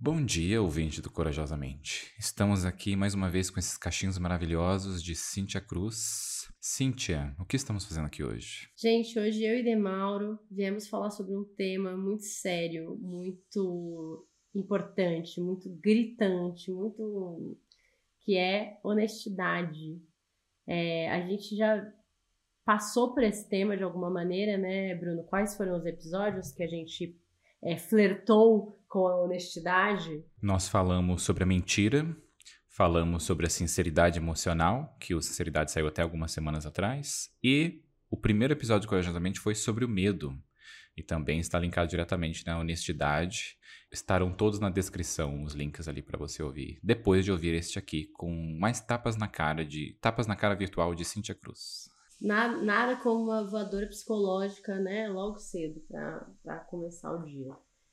Bom dia, ouvinte do Corajosamente. Estamos aqui mais uma vez com esses cachinhos maravilhosos de Cíntia Cruz. Cíntia, o que estamos fazendo aqui hoje? Gente, hoje eu e Demauro viemos falar sobre um tema muito sério, muito importante, muito gritante, muito que é honestidade. A gente já passou por esse tema de alguma maneira, né, Bruno? Quais foram os episódios que a gente flertou com a honestidade? Nós falamos sobre a mentira, falamos sobre a sinceridade emocional, que o Sinceridade saiu até algumas semanas atrás, e o primeiro episódio do Corajosamente foi sobre o medo, e também está linkado diretamente na honestidade. Estarão todos na descrição, os links ali para você ouvir, depois de ouvir este aqui, com mais tapas na cara virtual de Cíntia Cruz. Nada como uma voadora psicológica, né, logo cedo para começar o dia.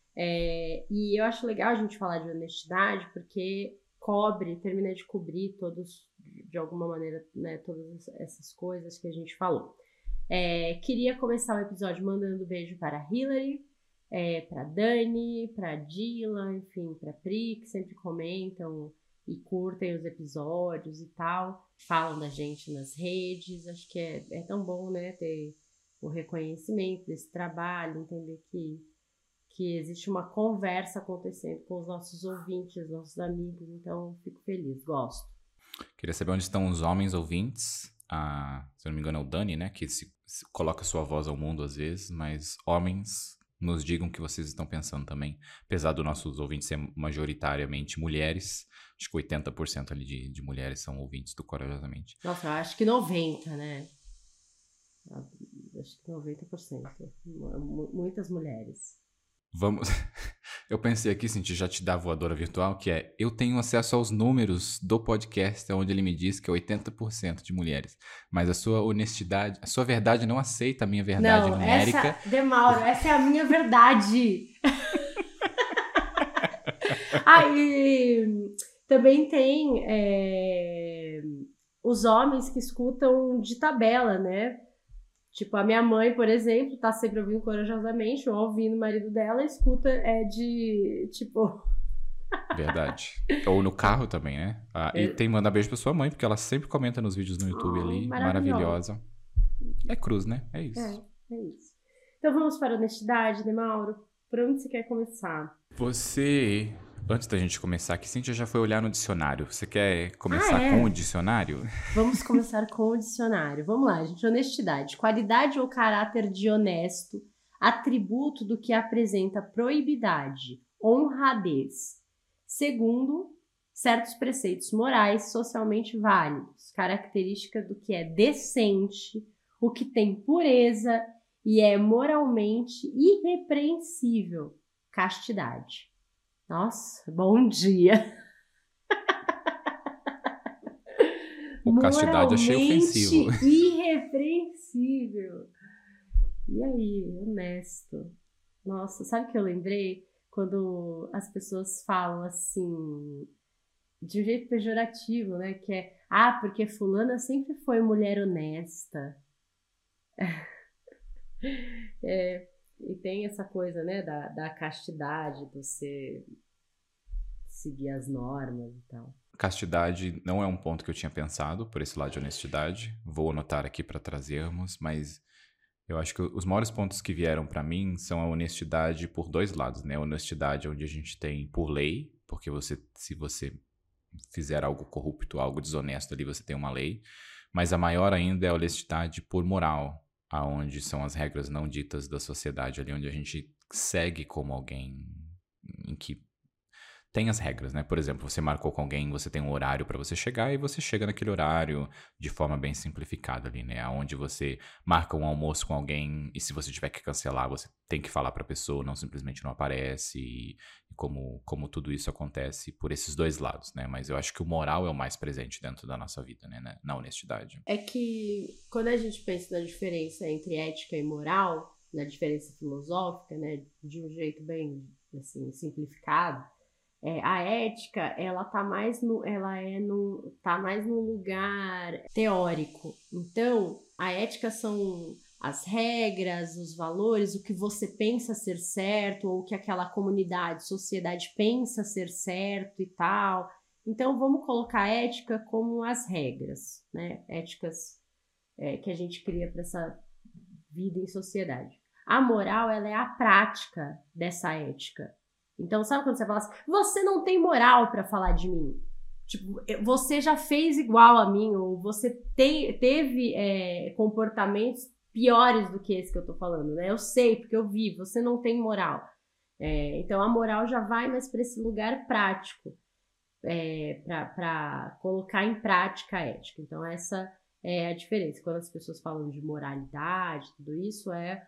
E eu acho legal a gente falar de honestidade porque termina de cobrir de alguma maneira, né, todas essas coisas que a gente falou. Queria começar o episódio mandando beijo para a Hillary, para a Dani, para a Dila, enfim, para a Pri, que sempre comentam e curtem os episódios e tal, falam da gente nas redes. Acho que é tão bom, né, ter o reconhecimento desse trabalho, entender que existe uma conversa acontecendo com os nossos ouvintes, nossos amigos. Então, fico feliz, gosto. Queria saber onde estão os homens ouvintes. Se eu não me engano é o Dani, né, que se coloca sua voz ao mundo às vezes, mas homens, nos digam o que vocês estão pensando também. Apesar dos nossos ouvintes ser majoritariamente mulheres, acho que 80% ali de mulheres são ouvintes do Corajosamente. Nossa, eu acho que 90%, né? Acho que 90%. Muitas mulheres. Vamos. Eu pensei aqui, Cintia, já te dá a voadora virtual, que é: eu tenho acesso aos números do podcast, onde ele me diz que é 80% de mulheres. Mas a sua honestidade, a sua verdade não aceita a minha verdade numérica. Demauro, essa é a minha verdade. E também tem os homens que escutam de tabela, né? Tipo, a minha mãe, por exemplo, tá sempre ouvindo Corajosamente, ou ouvindo o marido dela, escuta tipo... Verdade. Ou no carro também, né? E tem que mandar beijo pra sua mãe, porque ela sempre comenta nos vídeos no YouTube ali. Maravilhosa. É cruz, né? É isso. É isso. Então vamos para a honestidade, Demauro. Por onde você quer começar? Você... Antes da gente começar aqui, Cíntia já foi olhar no dicionário. Você quer começar com o dicionário? Vamos começar com o dicionário. Vamos lá, gente. Honestidade. Qualidade ou caráter de honesto, atributo do que apresenta probidade, honradez. Segundo certos preceitos morais socialmente válidos. Característica do que é decente, o que tem pureza e é moralmente irrepreensível. Castidade. Nossa, bom dia! O castidade achei ofensivo. Irrepreensível. E aí, honesto. Nossa, sabe o que eu lembrei? Quando as pessoas falam assim, de um jeito pejorativo, né? Que é, porque fulana sempre foi mulher honesta. E tem essa coisa, né, da castidade, você seguir as normas e tal. Castidade não é um ponto que eu tinha pensado por esse lado de honestidade. Vou anotar aqui para trazermos, mas eu acho que os maiores pontos que vieram para mim são a honestidade por dois lados, né? A honestidade onde a gente tem por lei, porque se você fizer algo corrupto, algo desonesto ali, você tem uma lei. Mas a maior ainda é a honestidade por moral, aonde são as regras não ditas da sociedade, ali onde a gente segue como alguém em que tem as regras, né? Por exemplo, você marcou com alguém, você tem um horário para você chegar e você chega naquele horário de forma bem simplificada ali, né? Onde você marca um almoço com alguém e se você tiver que cancelar, você tem que falar para a pessoa, não simplesmente não aparece. E como tudo isso acontece por esses dois lados, né? Mas eu acho que o moral é o mais presente dentro da nossa vida, né? Na honestidade. É que quando a gente pensa na diferença entre ética e moral, na diferença filosófica, né? De um jeito bem, assim, simplificado, a ética, ela tá mais no lugar teórico. Então, a ética são as regras, os valores, o que você pensa ser certo, ou o que aquela comunidade, sociedade pensa ser certo e tal. Então, vamos colocar a ética como as regras, né? Éticas que a gente cria para essa vida em sociedade. A moral, ela é a prática dessa ética. Então, sabe quando você fala assim, você não tem moral para falar de mim? Tipo, você já fez igual a mim, ou você teve comportamentos piores do que esse que eu tô falando, né? Eu sei, porque eu vi, você não tem moral. Então, a moral já vai mais para esse lugar prático, para colocar em prática a ética. Então, essa é a diferença. Quando as pessoas falam de moralidade, tudo isso é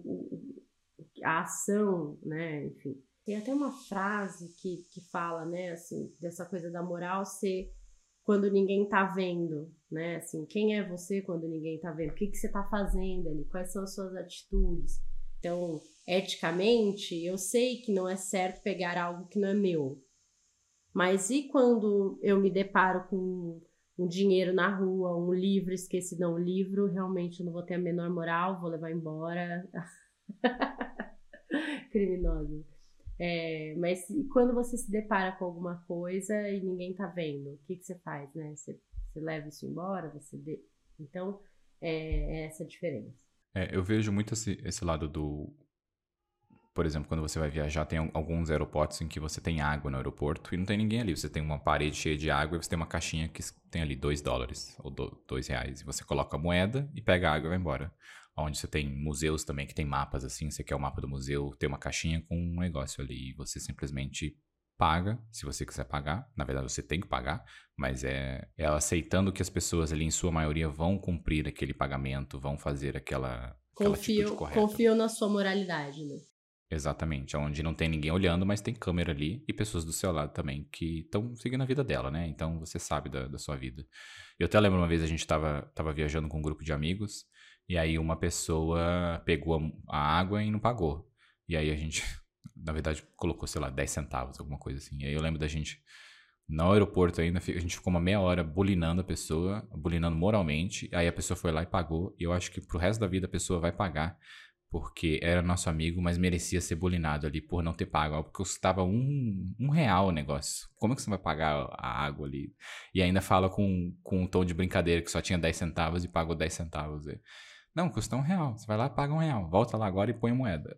a ação, né? Enfim. Tem até uma frase que fala, né, assim, dessa coisa da moral ser quando ninguém tá vendo, né? Assim, quem é você quando ninguém tá vendo? O que você tá fazendo ali? Quais são as suas atitudes? Então, eticamente, eu sei que não é certo pegar algo que não é meu. Mas e quando eu me deparo com um dinheiro na rua, um livro, esqueci, não, um livro, realmente eu não vou ter a menor moral, vou levar embora. Criminosa. Mas quando você se depara com alguma coisa e ninguém tá vendo, o que você faz, né? Você leva isso embora? Então, é essa a diferença. Eu vejo muito esse lado do... Por exemplo, quando você vai viajar, tem alguns aeroportos em que você tem água no aeroporto e não tem ninguém ali. Você tem uma parede cheia de água e você tem uma caixinha que tem ali $2 ou R$2. E você coloca a moeda e pega a água e vai embora. Onde você tem museus também que tem mapas assim, você quer o mapa do museu, tem uma caixinha com um negócio ali e você simplesmente paga, se você quiser pagar. Na verdade, você tem que pagar, mas é aceitando que as pessoas ali, em sua maioria, vão cumprir aquele pagamento, vão fazer aquela atitude correta. Confio na sua moralidade, né? Exatamente, onde não tem ninguém olhando, mas tem câmera ali e pessoas do seu lado também que estão seguindo a vida dela, né? Então você sabe da sua vida. Eu até lembro uma vez a gente tava viajando com um grupo de amigos e aí uma pessoa pegou a água e não pagou. E aí a gente, na verdade, colocou, sei lá, 10 centavos, alguma coisa assim. E aí eu lembro da gente, no aeroporto ainda, a gente ficou uma meia hora bulinando a pessoa, bulinando moralmente. Aí a pessoa foi lá e pagou. E eu acho que pro resto da vida a pessoa vai pagar porque era nosso amigo, mas merecia ser bulinado ali por não ter pago algo que custava um real o negócio. Como é que você vai pagar a água ali? E ainda fala com um tom de brincadeira que só tinha 10 centavos e pagou 10 centavos. Não, custa R$1. Você vai lá e paga R$1. Volta lá agora e põe a moeda.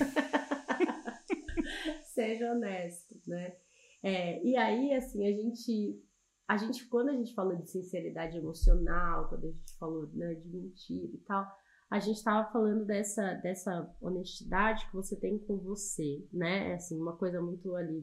Seja honesto, né? E aí, assim, a gente, quando a gente falou de sinceridade emocional, quando a gente falou, né, de mentira e tal, a gente estava falando dessa honestidade que você tem com você, né? Assim, uma coisa muito ali.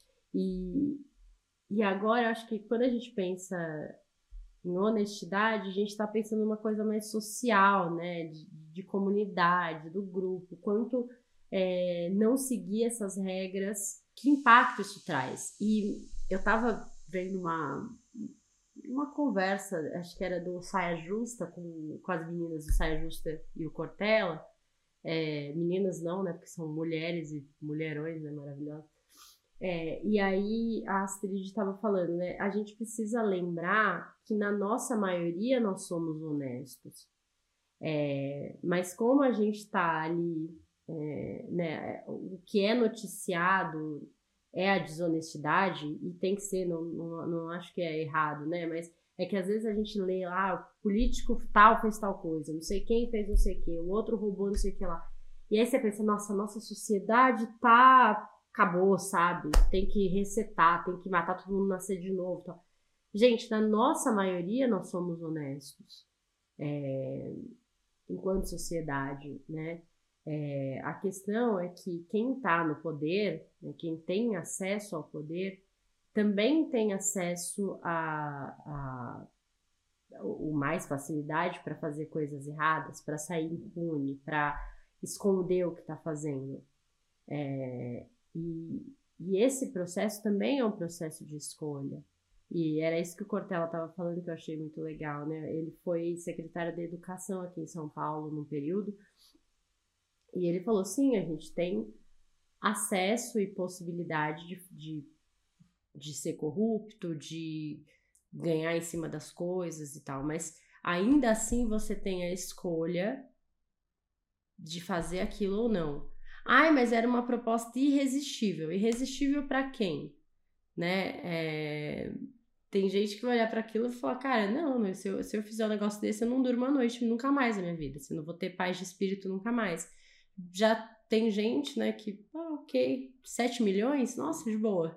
E agora, eu acho que quando a gente pensa em honestidade, a gente está pensando numa coisa mais social, né? De comunidade, do grupo. Quanto não seguir essas regras, que impacto isso traz? E eu estava vendo uma conversa, acho que era do Saia Justa, com as meninas do Saia Justa e o Cortella. Meninas não, né? Porque são mulheres e mulherões, né? Maravilhosas. E aí a Astrid estava falando, né? A gente precisa lembrar que na nossa maioria nós somos honestos. Mas como a gente está ali, né? O que é noticiado é a desonestidade, e tem que ser, não acho que é errado, né? Mas é que às vezes a gente lê lá, o político tal fez tal coisa, não sei quem fez não sei o que, o outro roubou não sei o que lá. E aí você pensa, nossa sociedade acabou, sabe? Tem que resetar, tem que matar todo mundo, nascer de novo. Tal. Gente, na nossa maioria nós somos honestos. Enquanto sociedade, né? A questão é que quem está no poder, né, quem tem acesso ao poder, também tem acesso o mais facilidade para fazer coisas erradas, para sair impune, para esconder o que está fazendo. E esse processo também é um processo de escolha. E era isso que o Cortella estava falando, que eu achei muito legal, né? Ele foi secretário da Educação aqui em São Paulo num período, e ele falou, sim, a gente tem acesso e possibilidade de ser corrupto, de ganhar em cima das coisas e tal, mas ainda assim você tem a escolha de fazer aquilo ou não. Ai, mas era uma proposta irresistível. Irresistível para quem? Né? Tem gente que vai olhar para aquilo e falar, cara, não, se eu fizer um negócio desse, eu não durmo à noite nunca mais na minha vida. Se eu não vou ter paz de espírito nunca mais. Já tem gente, né, que, ok, 7 milhões? Nossa, de boa.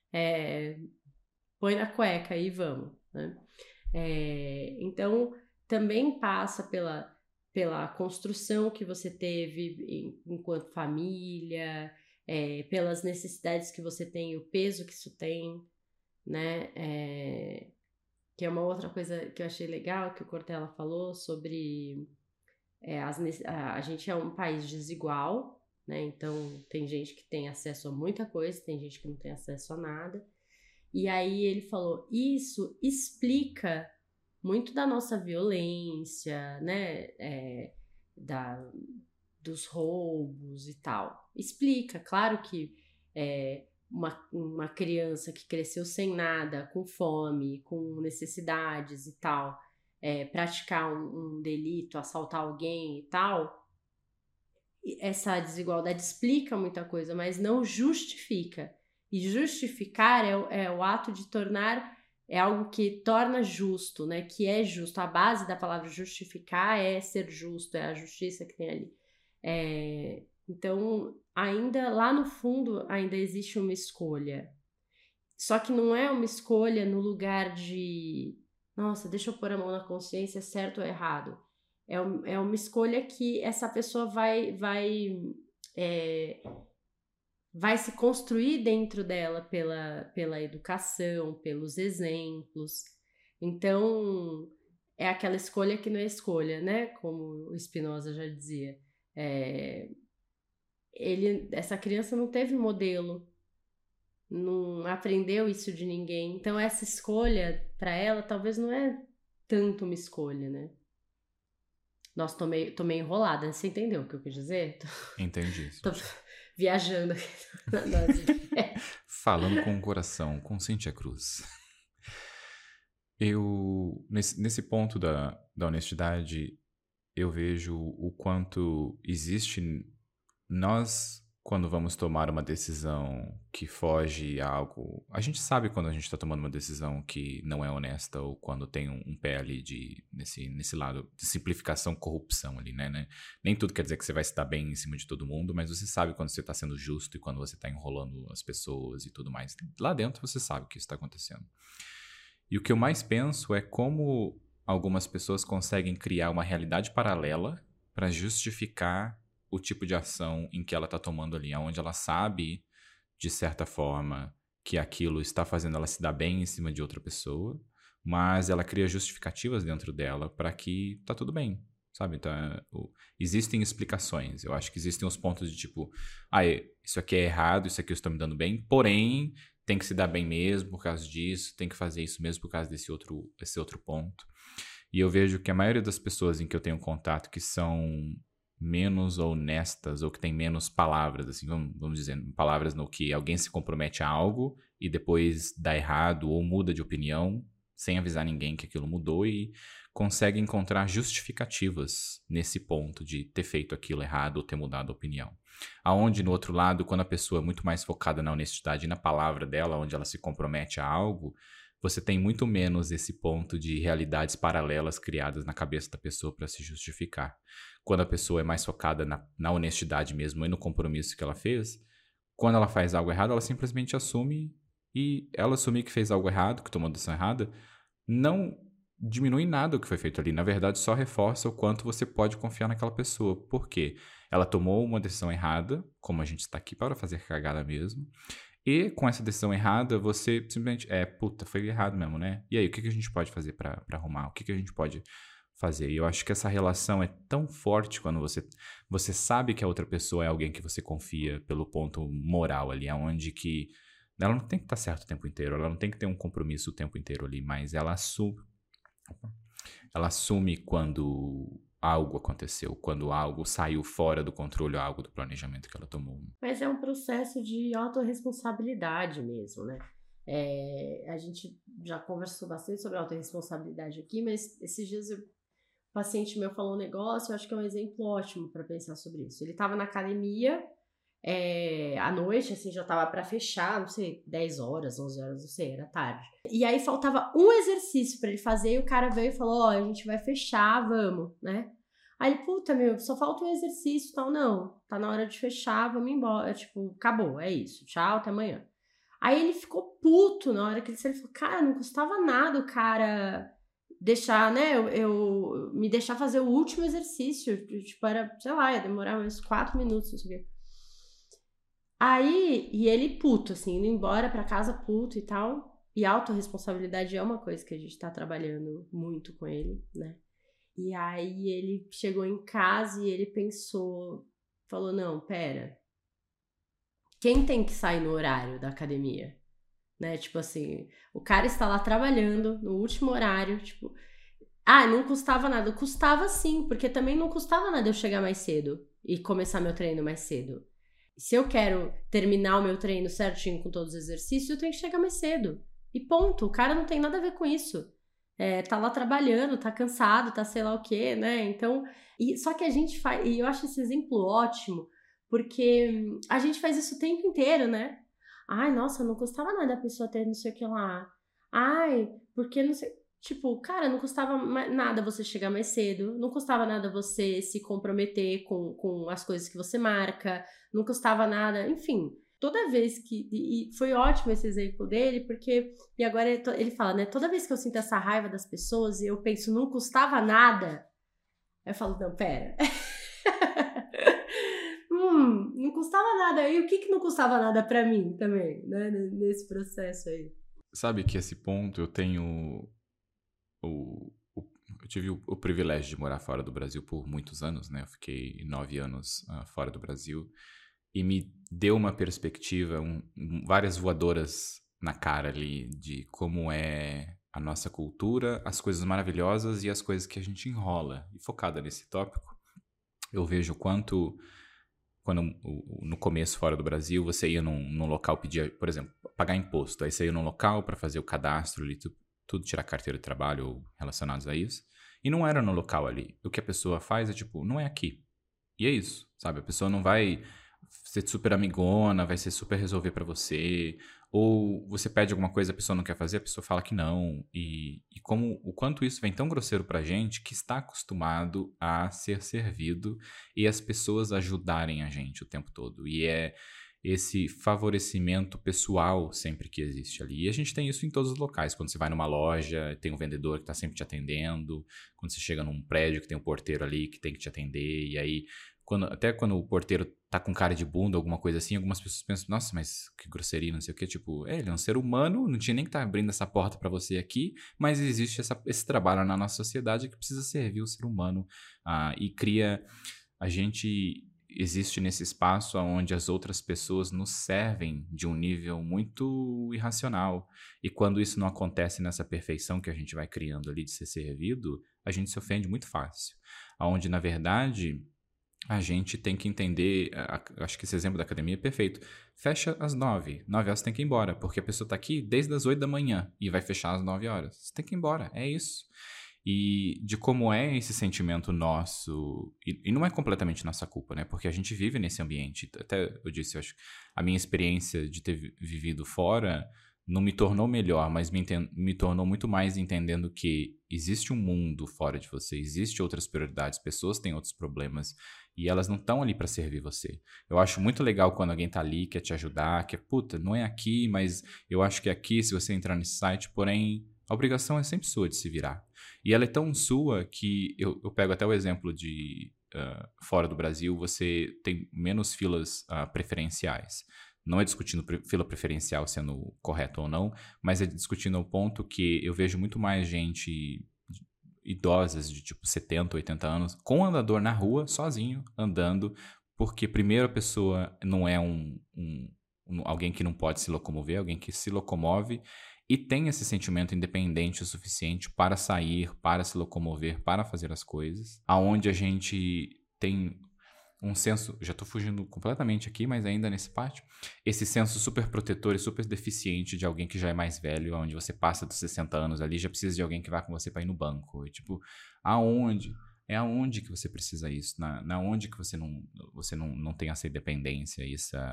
Põe na cueca e vamos, né? Então, também passa pela construção que você teve enquanto família, pelas necessidades que você tem, o peso que isso tem, né? Que é uma outra coisa que eu achei legal, que o Cortella falou sobre a gente é um país desigual, né? Então, tem gente que tem acesso a muita coisa, tem gente que não tem acesso a nada. E aí ele falou, isso explica muito da nossa violência, né? Dos roubos e tal. Explica, claro que uma criança que cresceu sem nada, com fome, com necessidades e tal, praticar um delito, assaltar alguém e tal, essa desigualdade explica muita coisa, mas não justifica. E justificar é o ato de tornar, é algo que torna justo, né? Que é justo. A base da palavra justificar é ser justo, é a justiça que tem ali. Então, ainda lá no fundo, ainda existe uma escolha. Só que não é uma escolha no lugar de, nossa, deixa eu pôr a mão na consciência, certo ou errado. É uma escolha que essa pessoa vai se construir dentro dela pela educação, pelos exemplos. Então, é aquela escolha que não é escolha, né? Como o Spinoza já dizia. Essa criança não teve modelo, não aprendeu isso de ninguém. Então, essa escolha, para ela, talvez não é tanto uma escolha, né? Nossa, tô meio enrolada. Você entendeu o que eu quis dizer? Entendi. Tô viajando aqui. Falando com o coração, com Cíntia Cruz. Nesse ponto da honestidade, eu vejo o quanto existe nós, quando vamos tomar uma decisão que foge a algo. A gente sabe quando a gente está tomando uma decisão que não é honesta ou quando tem um pé ali nesse lado de simplificação, corrupção ali, né? Nem tudo quer dizer que você vai se dar bem em cima de todo mundo, mas você sabe quando você está sendo justo e quando você está enrolando as pessoas e tudo mais. Lá dentro você sabe que isso está acontecendo. E o que eu mais penso é como algumas pessoas conseguem criar uma realidade paralela para justificar o tipo de ação em que ela está tomando ali, onde ela sabe, de certa forma, que aquilo está fazendo ela se dar bem em cima de outra pessoa, mas ela cria justificativas dentro dela para que tá tudo bem, sabe? Então, existem explicações. Eu acho que existem os pontos de tipo, isso aqui é errado, isso aqui eu estou me dando bem, porém tem que se dar bem mesmo por causa disso, tem que fazer isso mesmo por causa desse outro ponto. E eu vejo que a maioria das pessoas em que eu tenho contato que são menos honestas ou que tem menos palavras, assim, vamos dizer, palavras no que alguém se compromete a algo e depois dá errado ou muda de opinião sem avisar ninguém que aquilo mudou e consegue encontrar justificativas nesse ponto de ter feito aquilo errado ou ter mudado a opinião. Aonde, no outro lado, quando a pessoa é muito mais focada na honestidade e na palavra dela, onde ela se compromete a algo, você tem muito menos esse ponto de realidades paralelas criadas na cabeça da pessoa para se justificar. Quando a pessoa é mais focada na honestidade mesmo e no compromisso que ela fez, quando ela faz algo errado, ela simplesmente assume, e ela assumir que fez algo errado, que tomou uma decisão errada, não diminui nada o que foi feito ali. Na verdade, só reforça o quanto você pode confiar naquela pessoa. Por quê? Ela tomou uma decisão errada, como a gente está aqui para fazer cagada mesmo, e com essa decisão errada, você simplesmente, foi errado mesmo, né? E aí, o que a gente pode fazer para arrumar? O que a gente pode fazer? E eu acho que essa relação é tão forte quando você sabe que a outra pessoa é alguém que você confia pelo ponto moral ali, aonde que ela não tem que estar certa o tempo inteiro, ela não tem que ter um compromisso o tempo inteiro ali, mas ela assume quando algo aconteceu, quando algo saiu fora do controle, algo do planejamento que ela tomou. Mas é um processo de autorresponsabilidade mesmo, né? A gente já conversou bastante sobre autorresponsabilidade aqui, mas esses dias eu paciente meu falou um negócio, eu acho que é um exemplo ótimo para pensar sobre isso. Ele estava na academia à noite, assim, já tava para fechar, não sei, 10 horas, 11 horas, não sei, era tarde. E aí faltava um exercício para ele fazer e o cara veio e falou, ó, a gente vai fechar, vamos, né? Aí ele, puta, meu, só falta um exercício e tal. Não, tá na hora de fechar, vamos embora. Tipo, acabou, é isso, tchau, até amanhã. Aí ele ficou puto na hora que ele saiu. Ele falou, cara, não custava nada o cara deixar, né, eu me deixar fazer o último exercício. Tipo, era, sei lá, ia demorar uns 4 minutos, não sei o quê. Aí, e ele puto, assim, indo embora pra casa puto e tal. E autorresponsabilidade é uma coisa que a gente tá trabalhando muito com ele, né? E aí ele chegou em casa e ele pensou, falou, não, pera, quem tem que sair no horário da academia? Né, tipo assim, o cara está lá trabalhando no último horário, tipo, não custava nada. Custava sim, porque também não custava nada eu chegar mais cedo e começar meu treino mais cedo. Se eu quero terminar o meu treino certinho com todos os exercícios, eu tenho que chegar mais cedo. E ponto, o cara não tem nada a ver com isso. Tá lá trabalhando, tá cansado, tá sei lá o quê, né? Então, só que a gente faz, e eu acho esse exemplo ótimo, porque a gente faz isso o tempo inteiro, né? Ai, nossa, não custava nada a pessoa ter não sei o que lá. Ai, porque não sei. Tipo, cara, não custava nada você chegar mais cedo, não custava nada você se comprometer com as coisas que você marca, não custava nada, enfim. Toda vez que. E foi ótimo esse exemplo dele, porque. E agora ele fala, né? Toda vez que eu sinto essa raiva das pessoas e eu penso, não custava nada, eu falo, não, pera. Não custava nada. E o que não custava nada pra mim também, né? Nesse processo aí. Sabe que esse ponto eu tenho. Eu tive o privilégio de morar fora do Brasil por muitos anos, né? Eu fiquei 9 anos fora do Brasil. E me deu uma perspectiva, várias voadoras na cara ali de como é a nossa cultura, as coisas maravilhosas e as coisas que a gente enrola. E focada nesse tópico, eu vejo quanto, quando no começo fora do Brasil, você ia num local pedir, por exemplo, pagar imposto. Aí você ia num local para fazer o cadastro ali, tudo tirar carteira de trabalho ou relacionados a isso. E não era no local ali. O que a pessoa faz é tipo, não é aqui. E é isso, sabe? A pessoa não vai ser super amigona, vai ser super resolver pra você, ou você pede alguma coisa a pessoa não quer fazer, a pessoa fala que não, e como o quanto isso vem tão grosseiro pra gente que está acostumado a ser servido e as pessoas ajudarem a gente o tempo todo, e é esse favorecimento pessoal sempre que existe ali. E a gente tem isso em todos os locais. Quando você vai numa loja, tem um vendedor que está sempre te atendendo. Quando você chega num prédio que tem um porteiro ali que tem que te atender. E aí, até quando o porteiro tá com cara de bunda, alguma coisa assim, algumas pessoas pensam, nossa, mas que grosseria, não sei o quê. Tipo, ele é um ser humano, não tinha nem que estar abrindo essa porta para você aqui, mas existe esse trabalho na nossa sociedade que precisa servir o ser humano. E cria... A gente existe nesse espaço onde as outras pessoas nos servem de um nível muito irracional. E quando isso não acontece nessa perfeição que a gente vai criando ali de ser servido, a gente se ofende muito fácil. Onde, na verdade, a gente tem que entender, acho que esse exemplo da academia é perfeito. Fecha às 9. 9 horas você tem que ir embora, porque a pessoa está aqui desde as 8 da manhã e vai fechar às 9 horas. Você tem que ir embora, é isso. E de como é esse sentimento nosso, e não é completamente nossa culpa, né? Porque a gente vive nesse ambiente. Até eu disse, eu acho, a minha experiência de ter vivido fora não me tornou melhor, mas me tornou muito mais entendendo que existe um mundo fora de você, existe outras prioridades, pessoas têm outros problemas e elas não estão ali para servir você. Eu acho muito legal quando alguém tá ali, quer te ajudar, puta, não é aqui, mas eu acho que é aqui se você entrar nesse site, porém a obrigação é sempre sua de se virar. E ela é tão sua que eu pego até o exemplo de fora do Brasil, você tem menos filas preferenciais. Não é discutindo fila preferencial sendo correto ou não, mas é discutindo o ponto que eu vejo muito mais gente idosas de tipo 70, 80 anos com andador na rua, sozinho, andando, porque primeiro a pessoa não é alguém que não pode se locomover, alguém que se locomove e tem esse sentimento independente o suficiente para sair, para se locomover, para fazer as coisas, aonde a gente tem um senso, já estou fugindo completamente aqui, mas ainda nesse parte, esse senso super protetor e super deficiente de alguém que já é mais velho, onde você passa dos 60 anos ali, já precisa de alguém que vá com você para ir no banco. E, tipo, aonde? É aonde que você precisa isso, na onde que você não tem essa independência,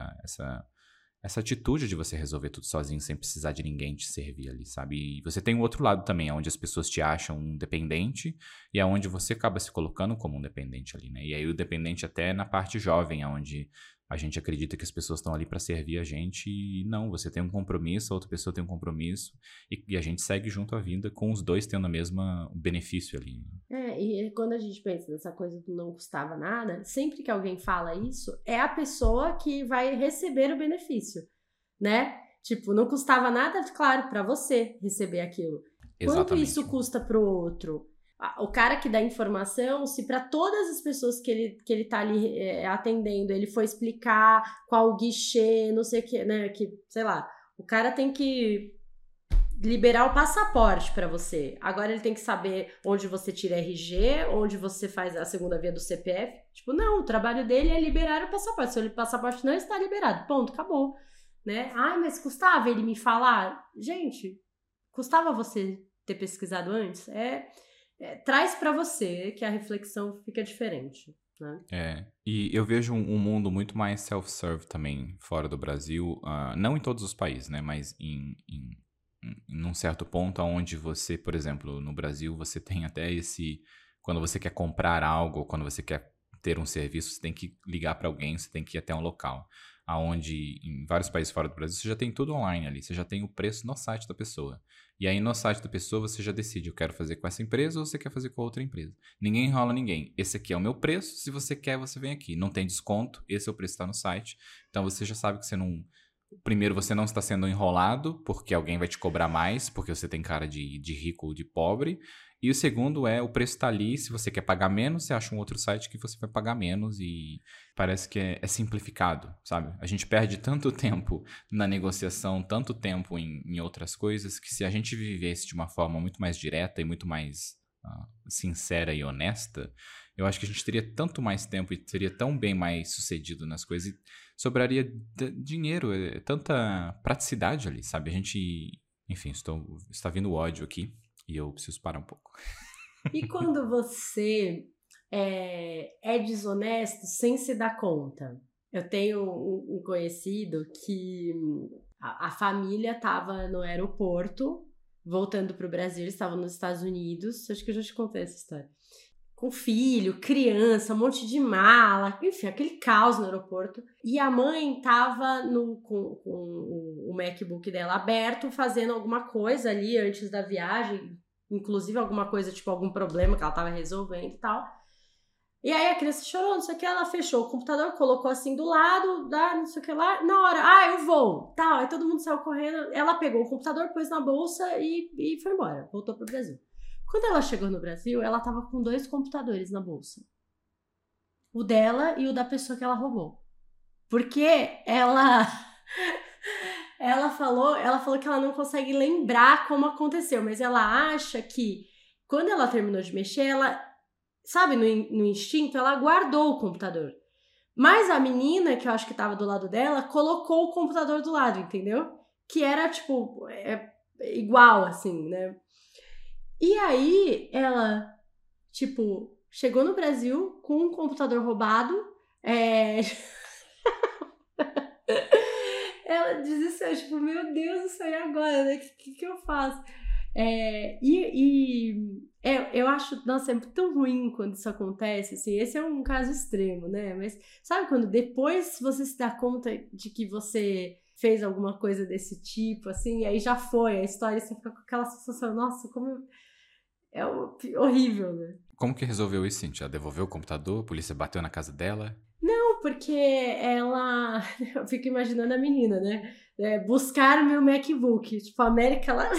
essa atitude de você resolver tudo sozinho sem precisar de ninguém te servir ali, sabe? E você tem o outro lado também, onde as pessoas te acham um dependente e aonde você acaba se colocando como um dependente ali, né? E aí o dependente até na parte jovem, onde a gente acredita que as pessoas estão ali para servir a gente e não, você tem um compromisso, a outra pessoa tem um compromisso e a gente segue junto à vida com os dois tendo a mesma benefício ali. E quando a gente pensa nessa coisa do não custava nada, sempre que alguém fala isso, é a pessoa que vai receber o benefício, né? Tipo, não custava nada, claro, para você receber aquilo. Quanto Exatamente. isso custa pro outro? O cara que dá informação, se para todas as pessoas que ele tá ali atendendo, ele for explicar qual o guichê, não sei o que, né? Que, sei lá, o cara tem que liberar o passaporte para você. Agora ele tem que saber onde você tira RG, onde você faz a segunda via do CPF. Tipo, não, o trabalho dele é liberar o passaporte. Se o passaporte não está liberado, ponto, acabou. Né? Ai, mas custava ele me falar? Gente, custava você ter pesquisado antes? Traz para você que a reflexão fica diferente. Né? E eu vejo um mundo muito mais self-serve também fora do Brasil, não em todos os países, né, mas num certo ponto onde você, por exemplo, no Brasil, você tem até quando você quer comprar algo, quando você quer ter um serviço, você tem que ligar para alguém, você tem que ir até um local. Aonde em vários países fora do Brasil você já tem tudo online ali, você já tem o preço no site da pessoa. E aí no site da pessoa você já decide, eu quero fazer com essa empresa ou você quer fazer com outra empresa. Ninguém enrola ninguém. Esse aqui é o meu preço, se você quer você vem aqui. Não tem desconto, esse é o preço que está no site. Então você já sabe que você não... Primeiro, você não está sendo enrolado, porque alguém vai te cobrar mais, porque você tem cara de rico ou de pobre. E o segundo o preço está ali, se você quer pagar menos, você acha um outro site que você vai pagar menos e parece que é simplificado, sabe? A gente perde tanto tempo na negociação, tanto tempo em outras coisas, que se a gente vivesse de uma forma muito mais direta e muito mais sincera e honesta, eu acho que a gente teria tanto mais tempo e seria tão bem mais sucedido nas coisas e sobraria dinheiro, tanta praticidade ali, sabe? A gente, enfim, está vindo ódio aqui e eu preciso parar um pouco. E quando você é desonesto sem se dar conta? Eu tenho um conhecido que a família estava no aeroporto, voltando para o Brasil, eles estavam nos Estados Unidos, acho que eu já te contei essa história. Com filho, criança, um monte de mala, enfim, aquele caos no aeroporto. E a mãe tava com o MacBook dela aberto, fazendo alguma coisa ali antes da viagem, inclusive alguma coisa, tipo algum problema que ela tava resolvendo e tal. E aí a criança chorou, não sei o que, ela fechou o computador, colocou assim do lado, não sei o que lá, na hora, eu vou, tal. Aí todo mundo saiu correndo, ela pegou o computador, pôs na bolsa e foi embora, voltou pro Brasil. Quando ela chegou no Brasil, ela tava com 2 computadores na bolsa. O dela e o da pessoa que ela roubou. Porque ela falou que ela não consegue lembrar como aconteceu, mas ela acha que quando ela terminou de mexer, ela, sabe, no instinto, ela guardou o computador. Mas a menina, que eu acho que tava do lado dela, colocou o computador do lado, entendeu? Que era, tipo, igual, assim, né? E aí, ela, tipo, chegou no Brasil com um computador roubado. Ela desistiu, tipo, meu Deus do céu, e agora, né? O que eu faço? Eu acho, nossa, é tão ruim quando isso acontece, assim, esse é um caso extremo, né? Mas sabe quando depois você se dá conta de que você fez alguma coisa desse tipo, assim, e aí já foi a história, e você fica com aquela sensação, nossa, como... É horrível, né? Como que resolveu isso, Cintia? Ela devolveu o computador? A polícia bateu na casa dela? Não, porque ela... Eu fico imaginando a menina, né? Buscar meu MacBook. Tipo, a América lá...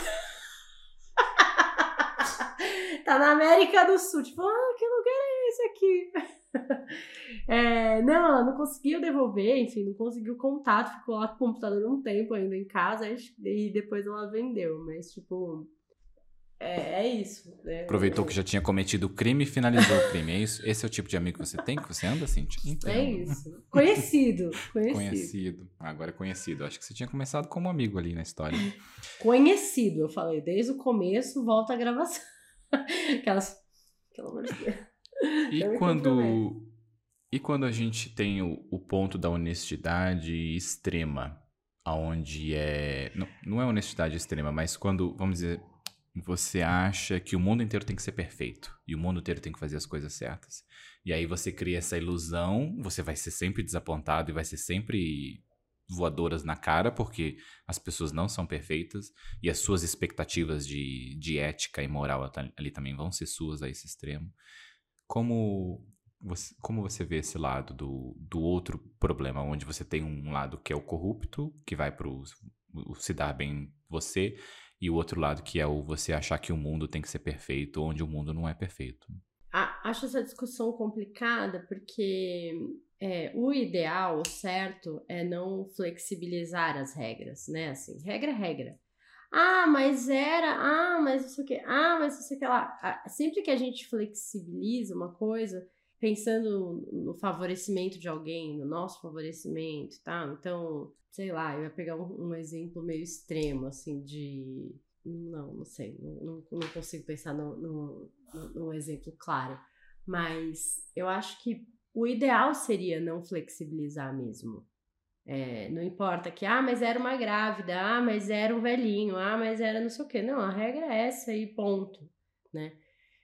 Tá na América do Sul. Tipo, que lugar é esse aqui? Não, ela não conseguiu devolver, enfim, não conseguiu contato. Ficou lá com o computador um tempo ainda em casa e depois ela vendeu. Mas, tipo... É isso, né? Aproveitou que já tinha cometido o crime e finalizou o crime, é isso? Esse é o tipo de amigo que você tem, que você anda, Cintia? Entendo. É isso. Conhecido. Agora é conhecido. Acho que você tinha começado como amigo ali na história. Conhecido, eu falei. Desde o começo, volta a gravação. Aquelas... Pelo amor de Deus. E Não me comprometo. quando a gente tem o ponto da honestidade extrema, aonde não é honestidade extrema, mas quando, vamos dizer, você acha que o mundo inteiro tem que ser perfeito e o mundo inteiro tem que fazer as coisas certas. E aí você cria essa ilusão, você vai ser sempre desapontado e vai ser sempre voadoras na cara, porque as pessoas não são perfeitas e as suas expectativas de ética e moral ali também vão ser suas a esse extremo. Como você vê esse lado do outro problema, onde você tem um lado que é o corrupto, que vai pro o se dar bem você, e o outro lado que é o você achar que o mundo tem que ser perfeito, onde o mundo não é perfeito. Acho essa discussão complicada porque o ideal, o certo, é não flexibilizar as regras, né? Assim, regra é regra. Mas não sei o que, mas não sei o que lá. Sempre que a gente flexibiliza uma coisa, pensando no favorecimento de alguém, no nosso favorecimento, tá? Então, sei lá, eu ia pegar um exemplo meio extremo, assim, de. Não sei, não consigo pensar num exemplo claro. Mas eu acho que o ideal seria não flexibilizar mesmo. Não importa que, mas era uma grávida, mas era um velhinho, mas era não sei o quê. Não, a regra é essa e ponto, né?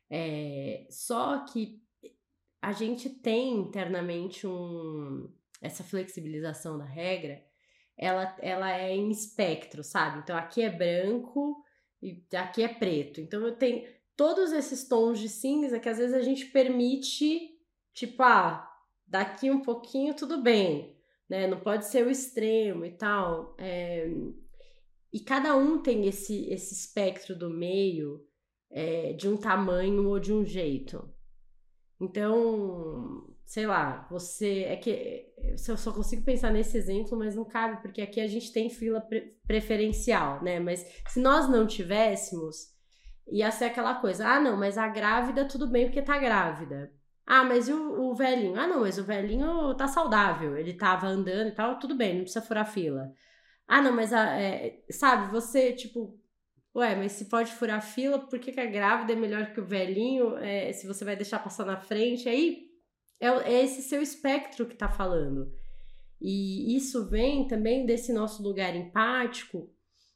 Só que a gente tem internamente essa flexibilização da regra, ela é em espectro, sabe? Então aqui é branco e aqui é preto. Então eu tenho todos esses tons de cinza que às vezes a gente permite, tipo, daqui um pouquinho tudo bem, né? Não pode ser o extremo e tal. E cada um tem esse espectro do meio de um tamanho ou de um jeito. Então, sei lá, eu só consigo pensar nesse exemplo, mas não cabe, porque aqui a gente tem fila preferencial, né? Mas se nós não tivéssemos, ia ser aquela coisa, não, mas a grávida tudo bem porque tá grávida. Mas e o velhinho? Não, mas o velhinho tá saudável, ele tava andando e tal, tudo bem, não precisa furar fila. Não, mas sabe, você, tipo, mas se pode furar fila, por que a grávida é melhor que o velhinho? Se você vai deixar passar na frente, aí é esse seu espectro que tá falando. E isso vem também desse nosso lugar empático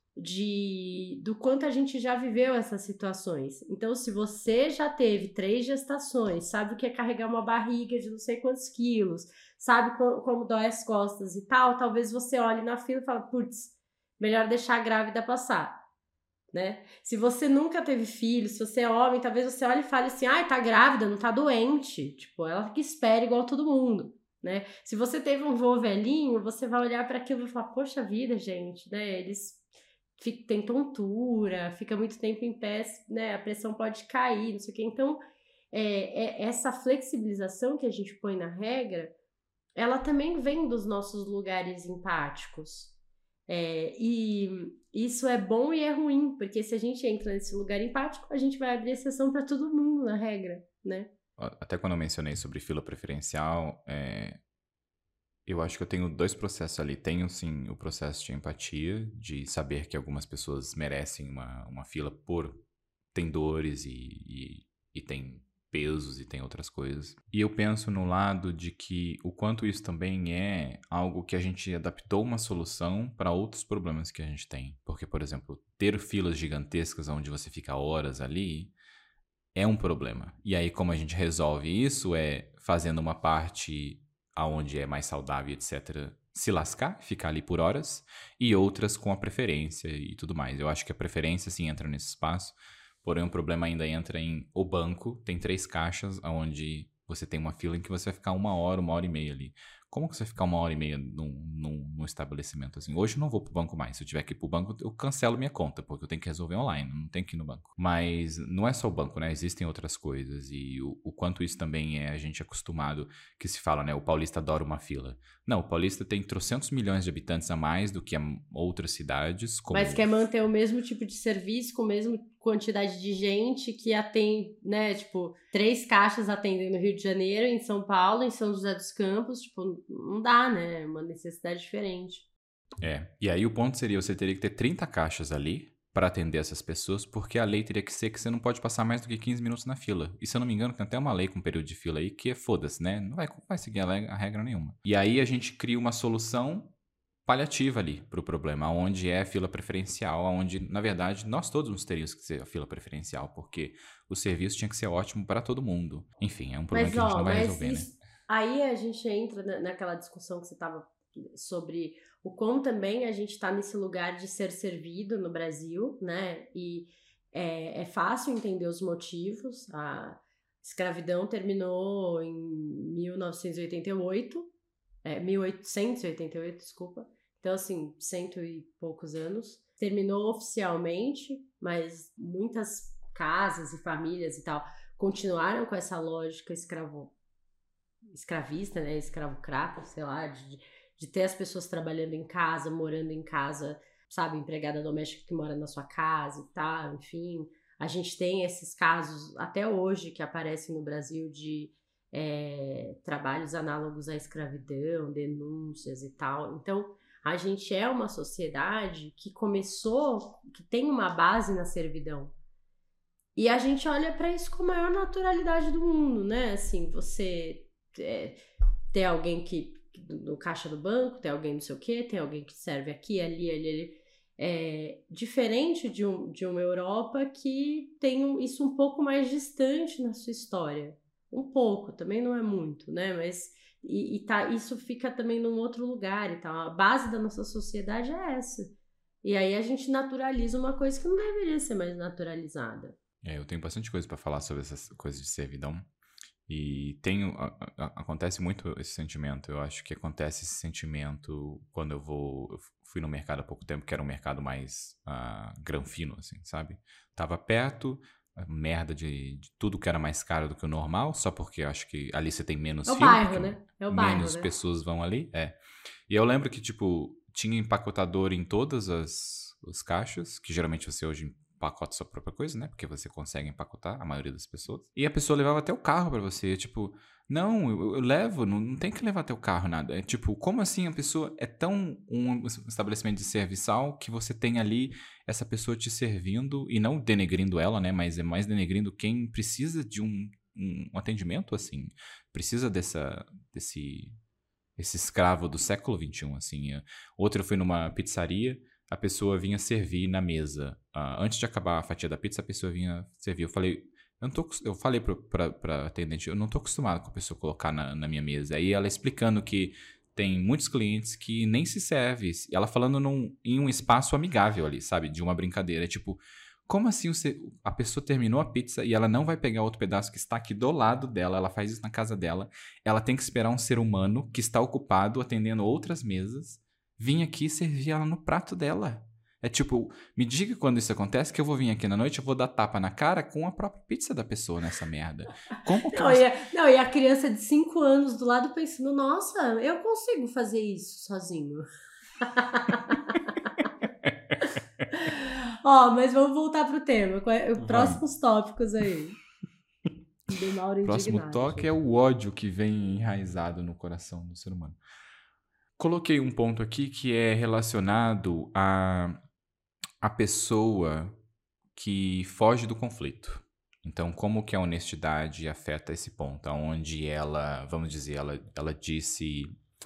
do quanto a gente já viveu essas situações. Então, se você já teve 3 gestações, sabe o que é carregar uma barriga de não sei quantos quilos, sabe como dói as costas e tal, talvez você olhe na fila e fale, putz, melhor deixar a grávida passar. Né? Se você nunca teve filho, se você é homem, talvez você olhe e fale assim, tá grávida, não tá doente, tipo, ela que espera igual todo mundo, né? Se você teve um vô velhinho, você vai olhar para aquilo e falar, poxa vida, gente, né? Eles têm tontura, fica muito tempo em pé, né? A pressão pode cair, não sei o quê. Então, essa flexibilização que a gente põe na regra, ela também vem dos nossos lugares empáticos. E isso é bom e é ruim, porque se a gente entra nesse lugar empático, a gente vai abrir exceção para todo mundo na regra, né? Até quando eu mencionei sobre fila preferencial, eu acho que eu tenho 2 processos ali. Tenho, sim, o processo de empatia, de saber que algumas pessoas merecem uma fila tem dores e tem pesos e tem outras coisas. E eu penso no lado de que o quanto isso também é algo que a gente adaptou uma solução para outros problemas que a gente tem. Porque, por exemplo, ter filas gigantescas onde você fica horas ali é um problema. E aí, como a gente resolve isso é fazendo uma parte aonde é mais saudável, etc., se lascar, ficar ali por horas, e outras com a preferência e tudo mais. Eu acho que a preferência, sim, entra nesse espaço, porém o problema ainda entra em o banco, tem 3 caixas, onde você tem uma fila em que você vai ficar 1 hora e meia ali. Como que você vai ficar 1 hora e meia num estabelecimento assim? Hoje eu não vou pro banco mais. Se eu tiver que ir pro banco, eu cancelo minha conta, porque eu tenho que resolver online, não tenho que ir no banco. Mas não é só o banco, né? Existem outras coisas. E o quanto isso também a gente acostumado, que se fala, né? O paulista adora uma fila. Não, o paulista tem trocentos milhões de habitantes a mais do que outras cidades. Mas quer manter o mesmo tipo de serviço, com a mesma quantidade de gente que atende, né? Tipo, 3 caixas atendem no Rio de Janeiro, em São Paulo, em São José dos Campos. Tipo, não dá, né? É uma necessidade diferente. E aí o ponto seria, você teria que ter 30 caixas ali, para atender essas pessoas, porque a lei teria que ser que você não pode passar mais do que 15 minutos na fila. E se eu não me engano, tem até uma lei com período de fila aí que é foda-se, né? Não vai seguir a regra nenhuma. E aí a gente cria uma solução paliativa ali para o problema, onde é fila preferencial, onde, na verdade, nós todos teríamos que ser a fila preferencial, porque o serviço tinha que ser ótimo para todo mundo. Enfim, é um problema que a gente não vai resolver, né? Aí a gente entra naquela discussão que você estava sobre o quão também a gente está nesse lugar de ser servido no Brasil, né? E é fácil entender os motivos. A escravidão terminou em 1988, 1888, desculpa. Então, assim, 100 e poucos anos. Terminou oficialmente, mas muitas casas e famílias e tal continuaram com essa lógica escravista, né, escravocrata, sei lá, de ter as pessoas trabalhando em casa, morando em casa, sabe, empregada doméstica que mora na sua casa e tal, enfim. A gente tem esses casos até hoje que aparecem no Brasil de trabalhos análogos à escravidão, denúncias e tal. Então, a gente é uma sociedade que que tem uma base na servidão. E a gente olha para isso com a maior naturalidade do mundo, né? Assim, você ter alguém que no caixa do banco, tem alguém não sei o quê, tem alguém que serve aqui, ali. Diferente de uma Europa que tem isso um pouco mais distante na sua história. Um pouco, também não é muito, né? Mas isso fica também num outro lugar e tal. A base da nossa sociedade é essa. E aí a gente naturaliza uma coisa que não deveria ser mais naturalizada. Eu tenho bastante coisa para falar sobre essas coisas de servidão. E acontece muito esse sentimento. Eu acho que acontece esse sentimento quando eu fui no mercado há pouco tempo, que era um mercado mais granfino, assim, sabe? Tava perto, merda de tudo que era mais caro do que o normal, só porque eu acho que ali você tem menos fila. Bairro, né? É o bairro, menos pessoas vão ali. E eu lembro que, tipo, tinha empacotador em todas os caixas, que geralmente você hoje empacota sua própria coisa, né? Porque você consegue empacotar, a maioria das pessoas. E a pessoa levava até o carro pra você. Tipo, não, eu levo, não tem que levar até o carro, nada. É tipo, como assim a pessoa é tão um estabelecimento de serviçal que você tem ali essa pessoa te servindo e não denegrindo ela, né? Mas é mais denegrindo quem precisa de um atendimento, assim. Precisa desse escravo do século XXI, assim. Outro, eu fui numa pizzaria, a pessoa vinha servir na mesa. Antes de acabar a fatia da pizza, a pessoa vinha servir. Eu falei pra atendente, eu não tô acostumado com a pessoa colocar na minha mesa. Aí ela explicando que tem muitos clientes que nem se serve. Ela falando em um espaço amigável ali, sabe? De uma brincadeira. Tipo, como assim a pessoa terminou a pizza e ela não vai pegar outro pedaço que está aqui do lado dela, ela faz isso na casa dela, ela tem que esperar um ser humano que está ocupado atendendo outras mesas vir aqui e servir ela no prato dela. É tipo, me diga quando isso acontece que eu vou vir aqui na noite, eu vou dar tapa na cara com a própria pizza da pessoa nessa merda. Como que e a criança de 5 anos do lado pensando, nossa, eu consigo fazer isso sozinho. Mas vamos voltar pro tema. Próximos tópicos aí. Do Mauro Próximo toque é o ódio que vem enraizado no coração do ser humano. Coloquei um ponto aqui que é relacionado a pessoa que foge do conflito. Então, como que a honestidade afeta esse ponto? Onde ela, vamos dizer, ela disse...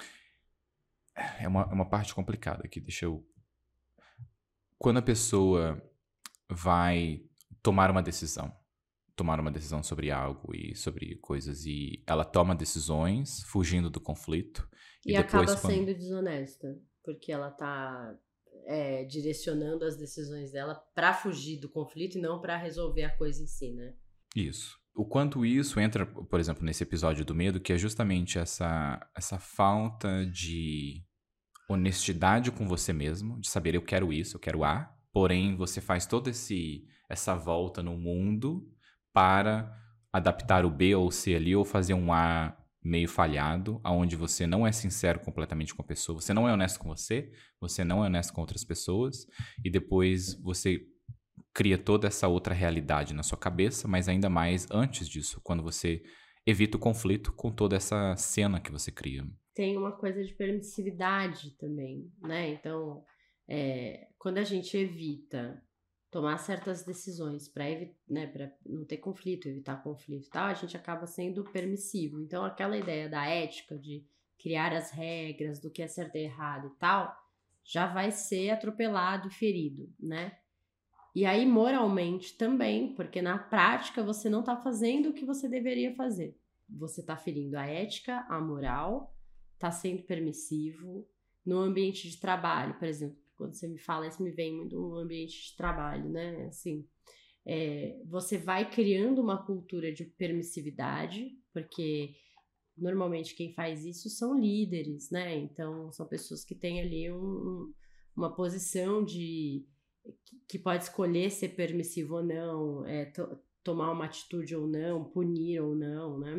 É uma parte complicada aqui, Quando a pessoa vai tomar uma decisão sobre algo e sobre coisas, e ela toma decisões fugindo do conflito. E depois, acaba sendo desonesta, porque ela tá direcionando as decisões dela para fugir do conflito e não para resolver a coisa em si, né? Isso. O quanto isso entra, por exemplo, nesse episódio do medo, que é justamente essa falta de honestidade com você mesmo, de saber eu quero isso, eu quero A, porém você faz toda essa volta no mundo para adaptar o B ou o C ali, ou fazer um A meio falhado, onde você não é sincero completamente com a pessoa, você não é honesto com você não é honesto com outras pessoas, e depois você cria toda essa outra realidade na sua cabeça, mas ainda mais antes disso, quando você evita o conflito com toda essa cena que você cria. Tem uma coisa de permissividade também, né? Então, quando a gente evita tomar certas decisões para né, para não ter conflito, evitar conflito e tal, a gente acaba sendo permissivo. Então, aquela ideia da ética, de criar as regras do que é certo e errado e tal, já vai ser atropelado e ferido, né? E aí, moralmente também, porque na prática você não está fazendo o que você deveria fazer. Você está ferindo a ética, a moral, está sendo permissivo. No ambiente de trabalho, por exemplo, quando você me fala, isso me vem muito no ambiente de trabalho, né? Assim, você vai criando uma cultura de permissividade, porque normalmente quem faz isso são líderes, né? Então, são pessoas que têm ali uma posição que pode escolher ser permissivo ou não, tomar uma atitude ou não, punir ou não, né?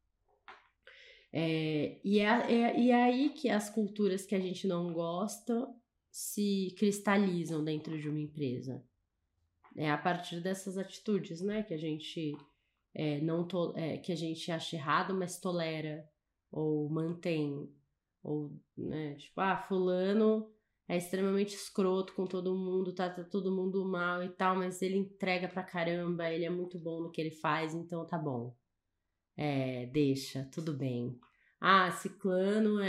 E é aí que as culturas que a gente não gosta se cristalizam dentro de uma empresa. É a partir dessas atitudes, né, que a gente que a gente acha errado, mas tolera ou mantém, ou, né, tipo, fulano é extremamente escroto com todo mundo, tá todo mundo mal e tal, mas ele entrega pra caramba, ele é muito bom no que ele faz, então tá bom. Deixa, tudo bem. Ciclano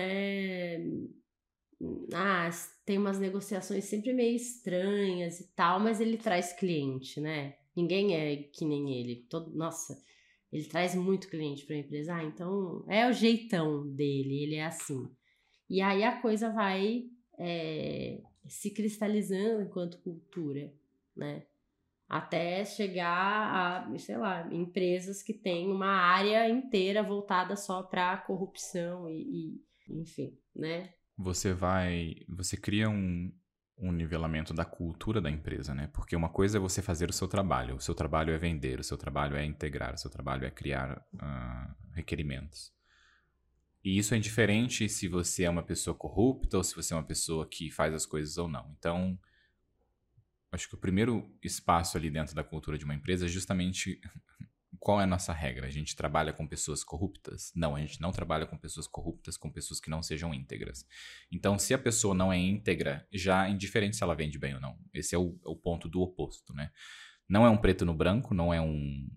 tem umas negociações sempre meio estranhas e tal, mas ele traz cliente, né? Ninguém é que nem ele. Nossa, ele traz muito cliente para a empresa. Então é o jeitão dele, ele é assim. E aí a coisa vai se cristalizando enquanto cultura, né? Até chegar a, sei lá, empresas que têm uma área inteira voltada só para corrupção enfim, né? Você cria um nivelamento da cultura da empresa, né? Porque uma coisa é você fazer o seu trabalho é vender, o seu trabalho é integrar, o seu trabalho é criar requerimentos. E isso é indiferente se você é uma pessoa corrupta ou se você é uma pessoa que faz as coisas ou não. Então, acho que o primeiro espaço ali dentro da cultura de uma empresa é justamente qual é a nossa regra. A gente trabalha com pessoas corruptas? Não, a gente não trabalha com pessoas corruptas, com pessoas que não sejam íntegras. Então, se a pessoa não é íntegra, já é indiferente se ela vende bem ou não. Esse é o ponto do oposto, né? Não é um preto no branco, não é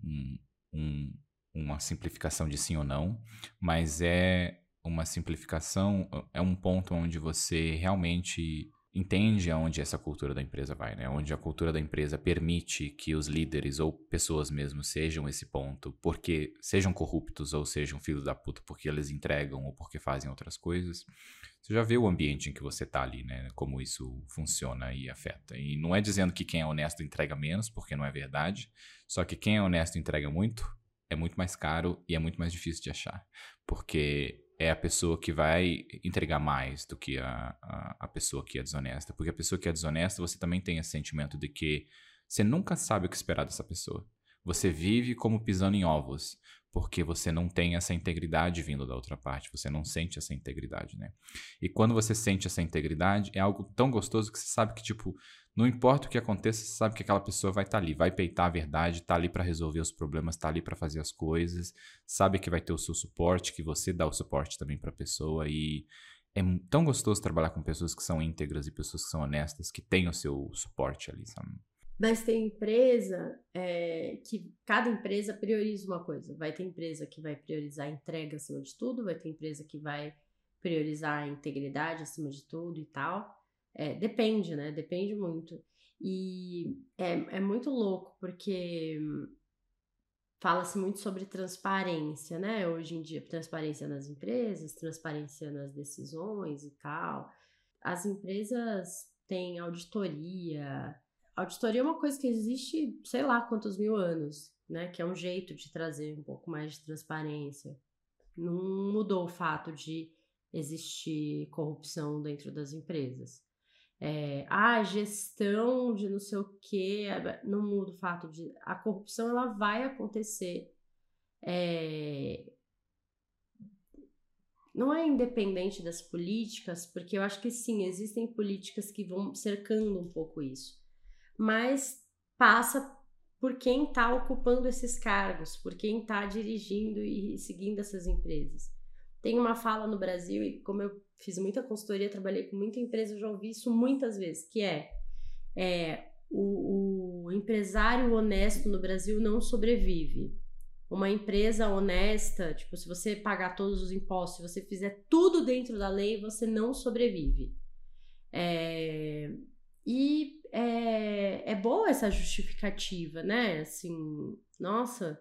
uma simplificação de sim ou não, mas é uma simplificação, é um ponto onde você realmente entende aonde essa cultura da empresa vai, né? Onde a cultura da empresa permite que os líderes ou pessoas mesmo sejam esse ponto, porque sejam corruptos ou sejam filhos da puta porque eles entregam ou porque fazem outras coisas. Você já vê o ambiente em que você tá ali, né? Como isso funciona e afeta. E não é dizendo que quem é honesto entrega menos, porque não é verdade. Só que quem é honesto entrega muito, é muito mais caro e é muito mais difícil de achar. Porque é a pessoa que vai entregar mais do que a pessoa que é desonesta. Porque a pessoa que é desonesta, você também tem esse sentimento de que você nunca sabe o que esperar dessa pessoa. Você vive como pisando em ovos, porque você não tem essa integridade vindo da outra parte, você não sente essa integridade, né? E quando você sente essa integridade, é algo tão gostoso que você sabe que, tipo, não importa o que aconteça, você sabe que aquela pessoa vai estar ali, vai peitar a verdade, tá ali para resolver os problemas, tá ali para fazer as coisas, sabe que vai ter o seu suporte, que você dá o suporte também para a pessoa e é tão gostoso trabalhar com pessoas que são íntegras e pessoas que são honestas, que têm o seu suporte ali, sabe? Mas tem empresa que cada empresa prioriza uma coisa. Vai ter empresa que vai priorizar a entrega acima de tudo, vai ter empresa que vai priorizar a integridade acima de tudo e tal. Depende, né? Depende muito. E é muito louco, porque fala-se muito sobre transparência, né? Hoje em dia, transparência nas empresas, transparência nas decisões e tal. As empresas têm auditoria. Auditoria é uma coisa que existe, sei lá quantos mil anos, né? Que é um jeito de trazer um pouco mais de transparência. Não mudou o fato de existir corrupção dentro das empresas. Gestão de não sei o que, não muda o fato de a corrupção ela vai acontecer. Não é independente das políticas, porque eu acho que sim, existem políticas que vão cercando um pouco isso, mas passa por quem está ocupando esses cargos, por quem está dirigindo e seguindo essas empresas. Tem uma fala no Brasil, e como eu fiz muita consultoria, trabalhei com muita empresa, eu já ouvi isso muitas vezes, que o empresário honesto no Brasil não sobrevive. Uma empresa honesta, tipo, se você pagar todos os impostos, se você fizer tudo dentro da lei, você não sobrevive. E é boa essa justificativa, né? Assim, nossa,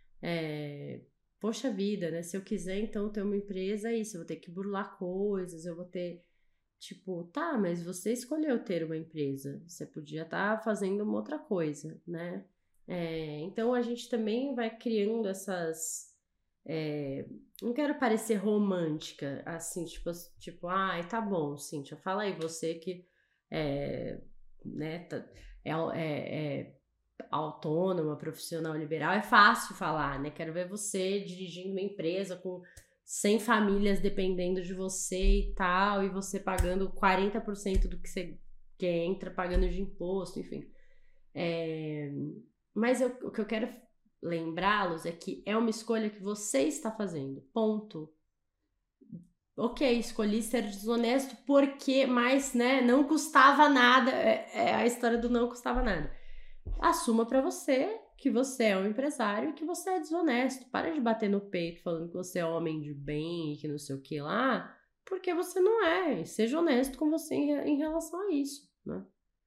poxa vida, né? Se eu quiser, então, ter uma empresa, é isso. Eu vou ter que burlar coisas, eu vou ter... Tipo, tá, mas você escolheu ter uma empresa. Você podia estar fazendo uma outra coisa, né? Então, a gente também vai criando essas... não quero parecer romântica, assim, tipo, ai, tá bom, Cíntia, fala aí você que né, é autônoma, profissional liberal, é fácil falar, né? Quero ver você dirigindo uma empresa com 100 famílias dependendo de você e tal, e você pagando 40% do que você entra pagando de imposto, enfim. Mas o que eu quero lembrá-los é que é uma escolha que você está fazendo, ponto. Ok, escolhi ser desonesto porque, mas, né, não custava nada, é a história do não custava nada. Assuma pra você que você é um empresário e que você é desonesto. Para de bater no peito falando que você é homem de bem e que não sei o que lá, porque você não é. E seja honesto com você em relação a isso, né?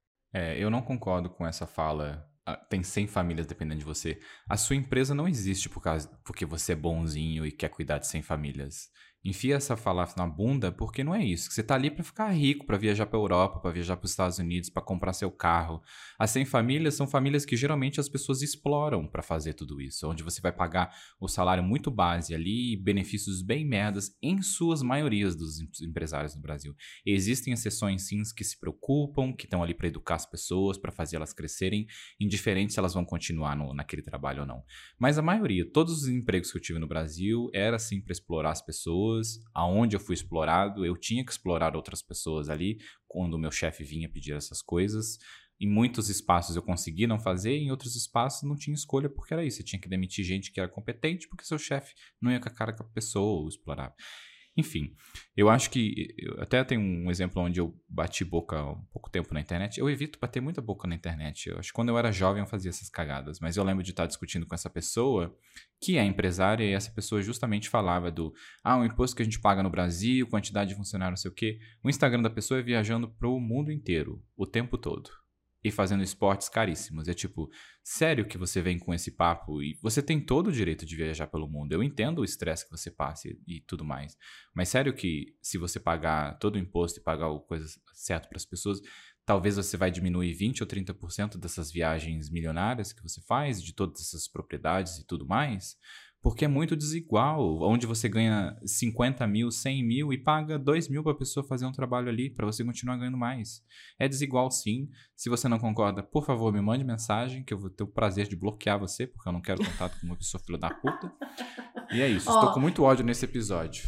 Eu não concordo com essa fala. Tem 100 famílias dependendo de você. A sua empresa não existe porque você é bonzinho e quer cuidar de 100 famílias. Enfia essa falácia na bunda, porque não é isso. Você tá ali pra ficar rico, pra viajar pra Europa, pra viajar pros Estados Unidos, pra comprar seu carro. As 100 famílias são famílias que geralmente as pessoas exploram pra fazer tudo isso, onde você vai pagar o salário muito base ali e benefícios bem merdas em suas maiorias dos empresários no Brasil. E existem exceções sim que se preocupam, que estão ali pra educar as pessoas, pra fazer elas crescerem, indiferente se elas vão continuar naquele trabalho ou não. Mas a maioria, todos os empregos que eu tive no Brasil, era assim pra explorar as pessoas. Aonde eu fui explorado, eu tinha que explorar outras pessoas ali, quando o meu chefe vinha pedir essas coisas. Em muitos espaços eu consegui não fazer, em outros espaços não tinha escolha, porque era isso. Você tinha que demitir gente que era competente, porque seu chefe não ia com a cara com a pessoa ou explorava. Enfim, eu acho que... Eu até tenho um exemplo onde eu bati boca há um pouco tempo na internet. Eu evito bater muita boca na internet. Eu acho que quando eu era jovem eu fazia essas cagadas. Mas eu lembro de estar discutindo com essa pessoa, que é empresária, e essa pessoa justamente falava o imposto que a gente paga no Brasil, quantidade de funcionário, não sei o quê. O Instagram da pessoa é viajando pro mundo inteiro, o tempo todo. E fazendo esportes caríssimos. É tipo, sério que você vem com esse papo? E você tem todo o direito de viajar pelo mundo. Eu entendo o estresse que você passa e tudo mais. Mas sério que se você pagar todo o imposto e pagar o coisa certo para as pessoas, talvez você vai diminuir 20% ou 30% dessas viagens milionárias que você faz, de todas essas propriedades e tudo mais? Porque é muito desigual, onde você ganha 50 mil, 100 mil e paga 2 mil para a pessoa fazer um trabalho ali, para você continuar ganhando mais. É desigual sim. Se você não concorda, por favor, me mande mensagem, que eu vou ter o prazer de bloquear você, porque eu não quero contato com uma pessoa filha da puta. E é isso, estou com muito ódio nesse episódio.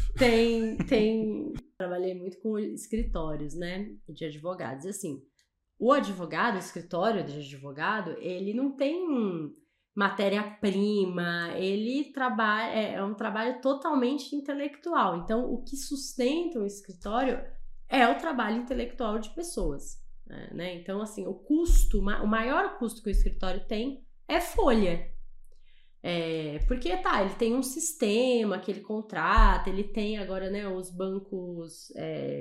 Trabalhei muito com escritórios, né, de advogados. E assim, o advogado, o escritório de advogado, ele não tem matéria-prima, ele trabalha, é um trabalho totalmente intelectual. Então, o que sustenta o escritório é o trabalho intelectual de pessoas, né? Então, assim, o maior custo que o escritório tem é folha. Porque ele tem um sistema que ele contrata, ele tem agora, né, os bancos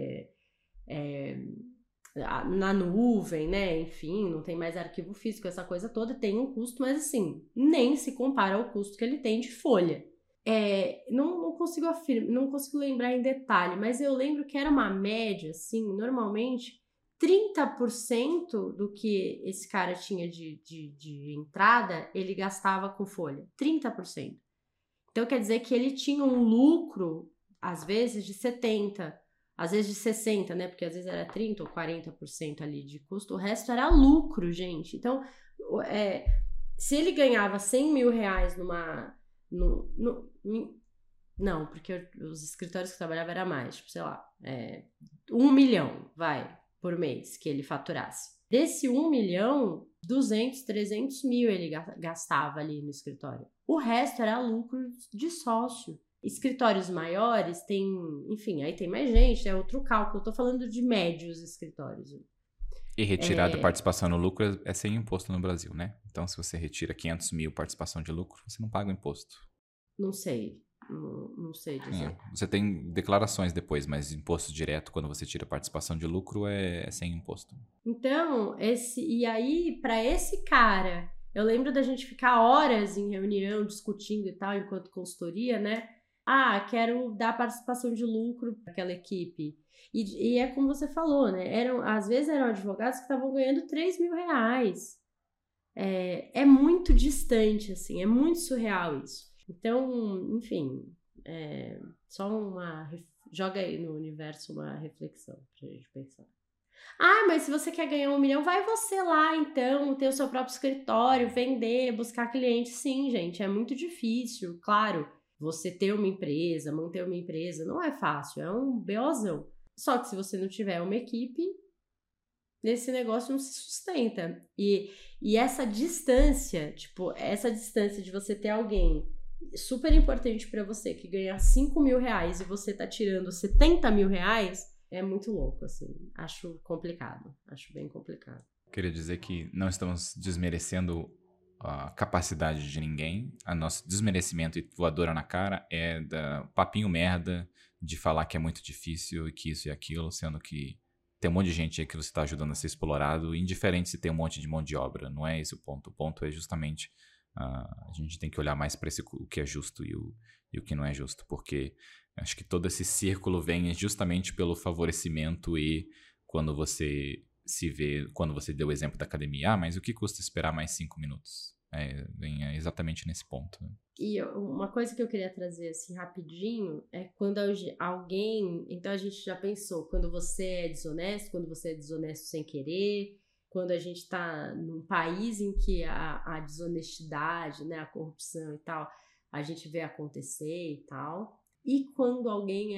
na nuvem, né? Enfim, não tem mais arquivo físico, essa coisa toda tem um custo, mas assim, nem se compara ao custo que ele tem de folha. Não consigo lembrar em detalhe, mas eu lembro que era uma média, assim, normalmente 30% do que esse cara tinha de entrada, ele gastava com folha. 30%. Então quer dizer que ele tinha um lucro, às vezes, de 70%. Às vezes de 60%, né? Porque às vezes era 30% ou 40% ali de custo. O resto era lucro, gente. Então, se ele ganhava 100 mil reais não, porque os escritórios que eu trabalhava era mais. Tipo, sei lá, 1 milhão, por mês que ele faturasse. Desse 1 milhão, 200, 300 mil ele gastava ali no escritório. O resto era lucro de sócio. Escritórios maiores tem, enfim, aí tem mais gente, é outro cálculo. Eu tô falando de médios escritórios. E retirar da participação no lucro é sem imposto no Brasil, né? Então, se você retira 500 mil participação de lucro, você não paga o imposto. Não sei. Não sei dizer. Você tem declarações depois, mas imposto direto, quando você tira participação de lucro, é sem imposto. Então, e aí, para esse cara, eu lembro da gente ficar horas em reunião, discutindo e tal, enquanto consultoria, né? Ah, quero dar participação de lucro para aquela equipe. E é como você falou, né? Às vezes eram advogados que estavam ganhando 3 mil reais. É muito distante, assim, é muito surreal isso. Então, enfim, só joga aí no universo uma reflexão pra gente pensar. Ah, mas se você quer ganhar 1 milhão, vai você lá, então, ter o seu próprio escritório, vender, buscar cliente. Sim, gente, é muito difícil, claro. Você ter uma empresa, manter uma empresa, não é fácil, é um BOzão. Só que se você não tiver uma equipe, esse negócio não se sustenta. E essa distância, essa distância de você ter alguém super importante pra você que ganha 5 mil reais e você tá tirando 70 mil reais, é muito louco, assim. Acho complicado. Acho bem complicado. Queria dizer que não estamos desmerecendo a capacidade de ninguém. A nosso desmerecimento e voadora na cara é da papinho merda de falar que é muito difícil e que isso e aquilo, sendo que tem um monte de gente aí que você está ajudando a ser explorado, indiferente se tem um monte de mão de obra. Não é esse o ponto. O ponto é justamente a gente tem que olhar mais para o que é justo e o que não é justo, porque acho que todo esse círculo vem justamente pelo favorecimento e quando você quando você deu o exemplo da academia, mas o que custa esperar mais 5 minutos? Vem exatamente nesse ponto. Né? E uma coisa que eu queria trazer assim rapidinho é quando alguém, então a gente já pensou, quando você é desonesto sem querer, quando a gente tá num país em que a desonestidade, né, a corrupção e tal, a gente vê acontecer e tal, e quando alguém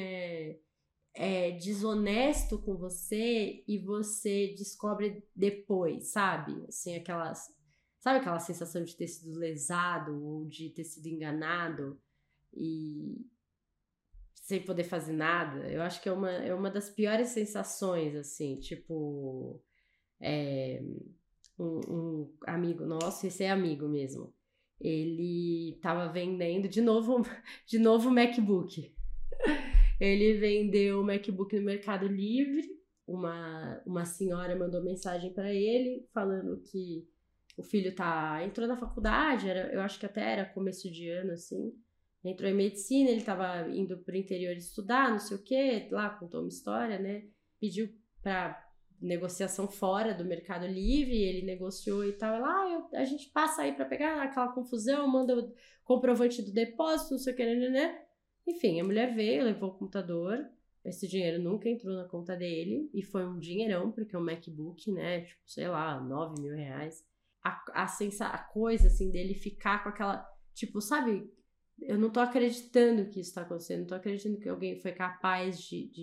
é desonesto com você e você descobre depois, sabe? Assim, sabe aquela sensação de ter sido lesado ou de ter sido enganado e sem poder fazer nada? Eu acho que é uma das piores sensações, assim, tipo, um amigo nosso, esse é amigo mesmo, ele tava vendendo de novo MacBook. Ele vendeu o MacBook no Mercado Livre. Uma senhora mandou mensagem para ele falando que o filho entrou na faculdade, eu acho que até era começo de ano, assim. Entrou em medicina, ele estava indo pro interior estudar, não sei o quê, lá contou uma história, né? Pediu para negociação fora do Mercado Livre, ele negociou e tal. Ela, a gente passa aí para pegar aquela confusão, manda o comprovante do depósito, não sei o que, né? Enfim, a mulher veio, levou o computador, esse dinheiro nunca entrou na conta dele, e foi um dinheirão, porque é um MacBook, né, tipo, sei lá, 9 mil reais. A coisa, assim, dele ficar com aquela, tipo, sabe, eu não tô acreditando que isso tá acontecendo, não tô acreditando que alguém foi capaz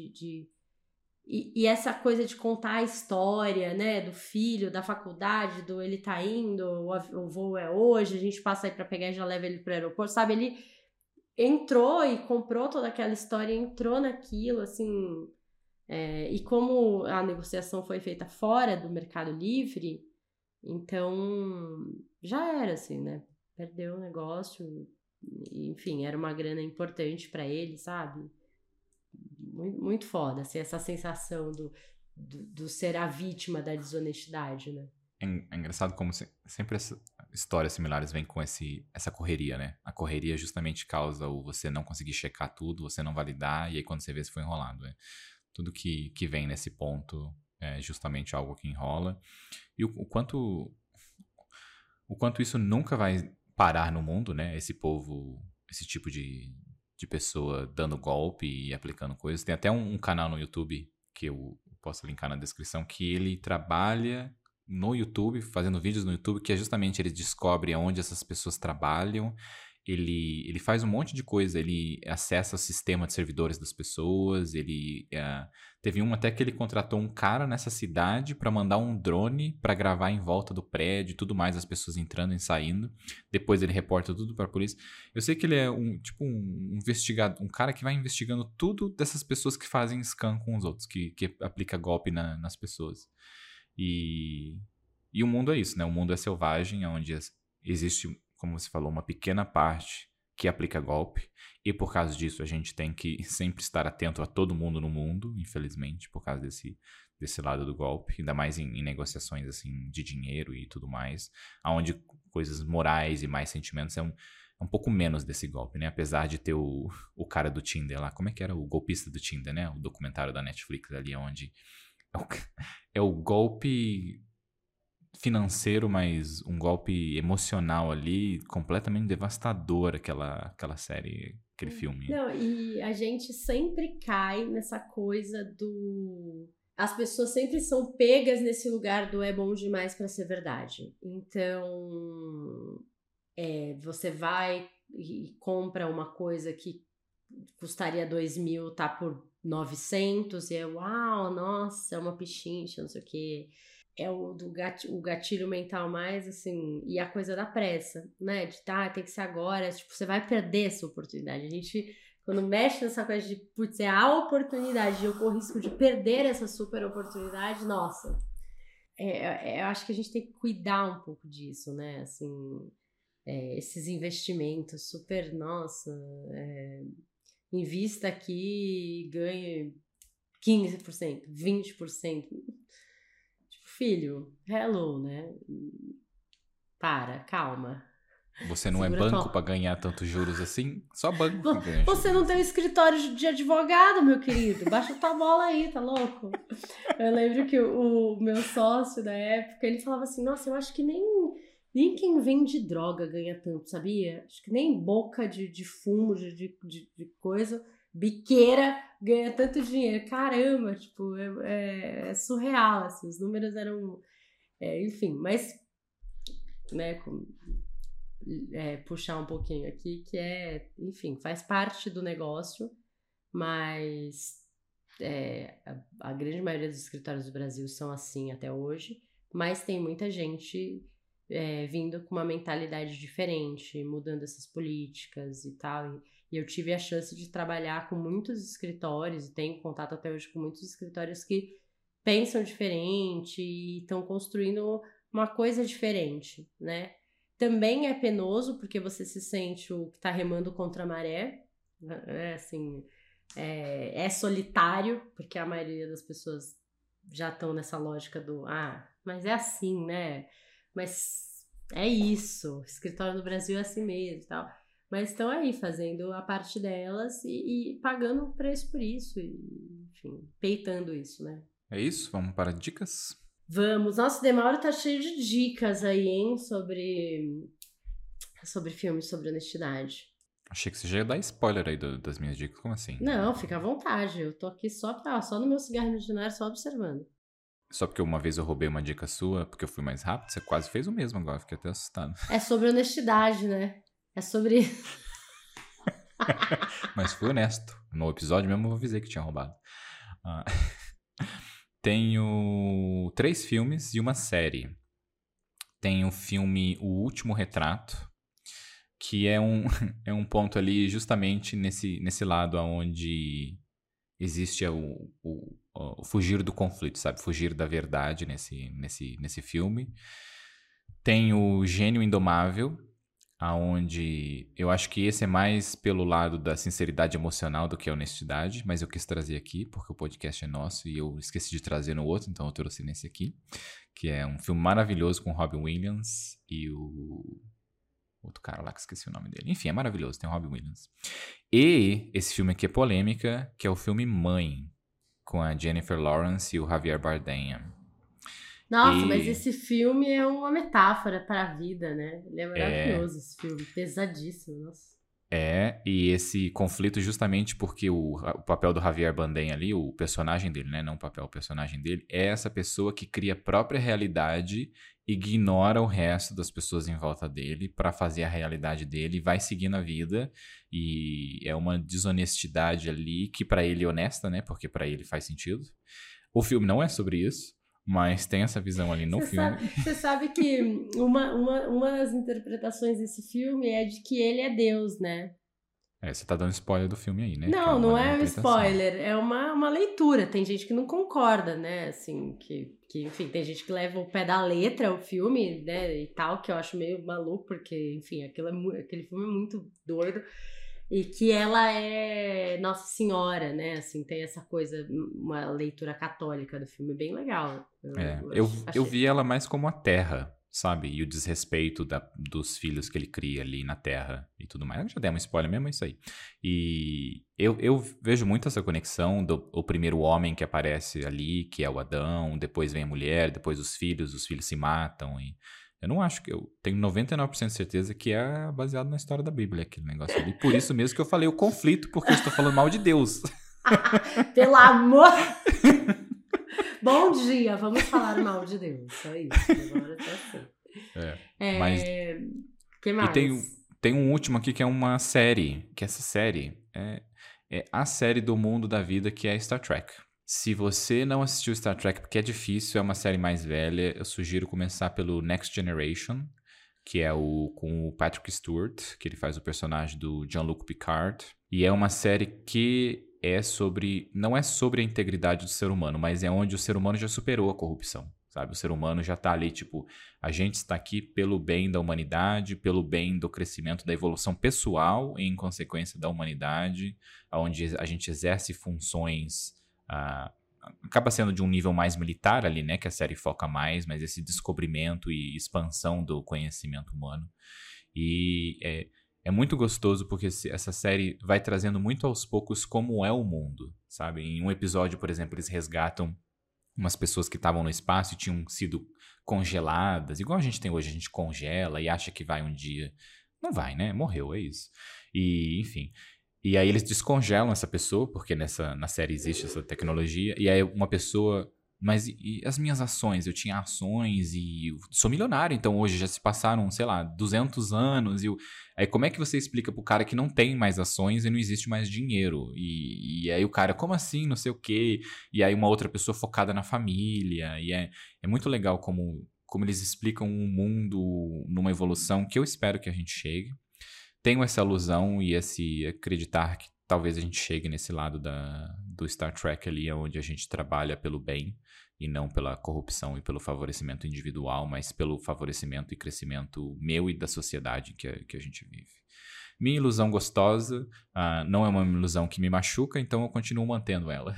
E essa coisa de contar a história, né, do filho, da faculdade, do ele tá indo, o voo é hoje, a gente passa aí pra pegar e já leva ele pro aeroporto, sabe, ele entrou e comprou toda aquela história, entrou naquilo, assim, e como a negociação foi feita fora do Mercado Livre, então já era, assim, né, perdeu o negócio, enfim, era uma grana importante pra ele, sabe, muito, muito foda, assim, essa sensação do ser a vítima da desonestidade, né. É engraçado como sempre essas histórias similares vêm com essa correria, né? A correria justamente causa o você não conseguir checar tudo, você não validar, e aí quando você vê se foi enrolado. Né? Tudo que vem nesse ponto é justamente algo que enrola. E o quanto isso nunca vai parar no mundo, né? Esse povo, esse tipo de pessoa dando golpe e aplicando coisas. Tem até um canal no YouTube que eu posso linkar na descrição, que ele trabalha no YouTube, fazendo vídeos no YouTube, que é justamente ele descobre onde essas pessoas trabalham, ele faz um monte de coisa, ele acessa o sistema de servidores das pessoas, teve até que ele contratou um cara nessa cidade para mandar um drone para gravar em volta do prédio e tudo mais, as pessoas entrando e saindo, depois ele reporta tudo para a polícia. Eu sei que ele é um investigado, um cara que vai investigando tudo dessas pessoas que fazem scam com os outros, que aplica golpe nas pessoas. E o mundo é isso, né? O mundo é selvagem, onde existe, como você falou, uma pequena parte que aplica golpe. E por causa disso, a gente tem que sempre estar atento a todo mundo no mundo, infelizmente, por causa desse lado do golpe. Ainda mais em negociações, assim, de dinheiro e tudo mais. Onde coisas morais e mais sentimentos é um pouco menos desse golpe, né? Apesar de ter o cara do Tinder lá. Como é que era? O golpista do Tinder, né? O documentário da Netflix ali, onde é o golpe financeiro, mas um golpe emocional ali, completamente devastador, aquela série, aquele filme. Não, e a gente sempre cai nessa coisa do... As pessoas sempre são pegas nesse lugar do é bom demais pra ser verdade. Então, você vai e compra uma coisa que custaria 2.000, tá por 900, e uau, nossa, é uma pichincha, não sei o quê. É o gatilho mental mais, assim, e a coisa da pressa, né? De tem que ser agora, tipo, você vai perder essa oportunidade. A gente, quando mexe nessa coisa de, putz, é a oportunidade, eu corro o risco de perder essa super oportunidade, nossa. Eu acho que a gente tem que cuidar um pouco disso, né? Assim, esses investimentos super, nossa, invista aqui e ganhe 15%, 20%. Filho, hello, né? Calma. Você não Segura é banco pra ganhar tantos juros assim? Só banco que ganha Você juros. não tem um escritório de advogado, meu querido. Baixa tua bola aí, tá louco? Eu lembro que o meu sócio da época, ele falava assim, nossa, eu acho que nem quem vende droga ganha tanto, sabia? Acho que nem boca de fumo, de coisa, biqueira ganha tanto dinheiro. Caramba, tipo, é surreal, assim, os números eram... enfim, mas, né, puxar um pouquinho aqui, que enfim, faz parte do negócio, mas a grande maioria dos escritórios do Brasil são assim até hoje, mas tem muita gente vindo com uma mentalidade diferente, mudando essas políticas e tal, e eu tive a chance de trabalhar com muitos escritórios, e tenho contato até hoje com muitos escritórios que pensam diferente e estão construindo uma coisa diferente, né? Também é penoso, porque você se sente o que tá remando contra a maré, assim, é solitário, porque a maioria das pessoas já estão nessa lógica do, mas é assim, né? Mas é isso, o escritório no Brasil é assim mesmo e tal. Mas estão aí fazendo a parte delas e pagando o preço por isso, e, enfim, peitando isso, né? É isso? Vamos para dicas? Vamos. Nossa, o Demauro tá cheio de dicas aí, hein? Sobre filmes, sobre honestidade. Achei que você já ia dar spoiler aí das minhas dicas. Como assim? Não, fica à vontade. Eu tô aqui só no meu cigarro imaginário, só observando. Só porque uma vez eu roubei uma dica sua, porque eu fui mais rápido, você quase fez o mesmo agora. Fiquei até assustado. É sobre honestidade, né? É sobre... Mas fui honesto. No episódio mesmo eu avisei que tinha roubado. Tenho 3 filmes e uma série. Tem o filme O Último Retrato, que é um ponto ali justamente nesse lado onde existe o fugir do conflito, sabe? Fugir da verdade nesse filme. Tem o Gênio Indomável, aonde eu acho que esse é mais pelo lado da sinceridade emocional do que a honestidade, mas eu quis trazer aqui porque o podcast é nosso e eu esqueci de trazer no outro, então eu trouxe nesse aqui, que é um filme maravilhoso com Robin Williams e o outro cara lá que esqueci o nome dele. Enfim, é maravilhoso, tem o Robin Williams. E esse filme aqui é polêmica, que é o filme Mãe, com a Jennifer Lawrence e o Javier Bardem. Nossa, mas esse filme é uma metáfora para a vida, né? Ele é maravilhoso, esse filme, pesadíssimo, nossa. E esse conflito justamente porque o papel do Javier Bardem ali, o personagem dele, né? Não o papel, o personagem dele, é essa pessoa que cria a própria realidade, ignora o resto das pessoas em volta dele para fazer a realidade dele, vai seguindo a vida e é uma desonestidade ali que para ele é honesta, né? Porque para ele faz sentido. O filme não é sobre isso. Mas tem essa visão ali no filme. Você sabe que uma das interpretações desse filme é de que ele é Deus, né? Você tá dando spoiler do filme aí, né? Que é Não, uma não da é um interpretação. spoiler, é uma leitura. Tem gente que não concorda, né? Assim, enfim, tem gente que leva o pé da letra o filme, né? E tal, que eu acho meio maluco, porque, enfim, aquele filme é muito doido. E que ela é Nossa Senhora, né? Assim, tem essa coisa, uma leitura católica do filme bem legal. Eu vi ela mais como a Terra, sabe? E o desrespeito dos filhos que ele cria ali na Terra e tudo mais. Eu já dei uma spoiler mesmo, é isso aí. E eu vejo muito essa conexão do o primeiro homem que aparece ali, que é o Adão, depois vem a mulher, depois os filhos se matam. E eu não acho que. Eu tenho 99% de certeza que é baseado na história da Bíblia, aquele negócio ali. Por isso mesmo que eu falei o conflito, porque eu estou falando mal de Deus. Pelo amor! Bom dia, vamos falar mal de Deus. É isso, agora tá assim. Mas Que E mais? tem um último aqui que é uma série, que essa série é a série do mundo da vida que é Star Trek. Se você não assistiu Star Trek, porque é difícil, é uma série mais velha, eu sugiro começar pelo Next Generation, que é com o Patrick Stewart, que ele faz o personagem do Jean-Luc Picard. E é uma série que não é sobre a integridade do ser humano, mas é onde o ser humano já superou a corrupção, sabe? O ser humano já tá ali, tipo, a gente está aqui pelo bem da humanidade, pelo bem do crescimento da evolução pessoal e, em consequência, da humanidade, onde a gente exerce funções. Acaba sendo de um nível mais militar ali, né? Que a série foca mais, mas esse descobrimento e expansão do conhecimento humano. E é muito gostoso porque essa série vai trazendo muito aos poucos como é o mundo, sabe? Em um episódio, por exemplo, eles resgatam umas pessoas que estavam no espaço e tinham sido congeladas, igual a gente tem hoje, a gente congela e acha que vai um dia. Não vai, né? Morreu, é isso. E, enfim. E aí eles descongelam essa pessoa, porque na série existe essa tecnologia, e aí uma pessoa. Mas e as minhas ações? Eu tinha ações e eu sou milionário, então hoje já se passaram, sei lá, 200 anos. Aí como é que você explica pro cara que não tem mais ações e não existe mais dinheiro? E aí o cara, como assim? Não sei o quê. E aí uma outra pessoa focada na família. E é muito legal como eles explicam um mundo numa evolução que eu espero que a gente chegue. Tenho essa alusão e esse acreditar que talvez a gente chegue nesse lado do Star Trek ali, onde a gente trabalha pelo bem e não pela corrupção e pelo favorecimento individual, mas pelo favorecimento e crescimento meu e da sociedade que a gente vive. Minha ilusão gostosa não é uma ilusão que me machuca, então eu continuo mantendo ela.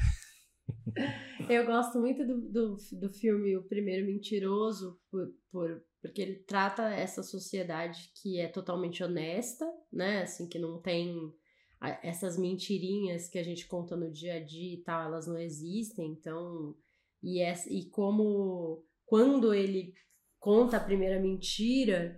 Eu gosto muito do filme O Primeiro Mentiroso, porque ele trata essa sociedade que é totalmente honesta, né? Assim, que não tem essas mentirinhas que a gente conta no dia a dia e tal, elas não existem. Então, e como quando ele conta a primeira mentira,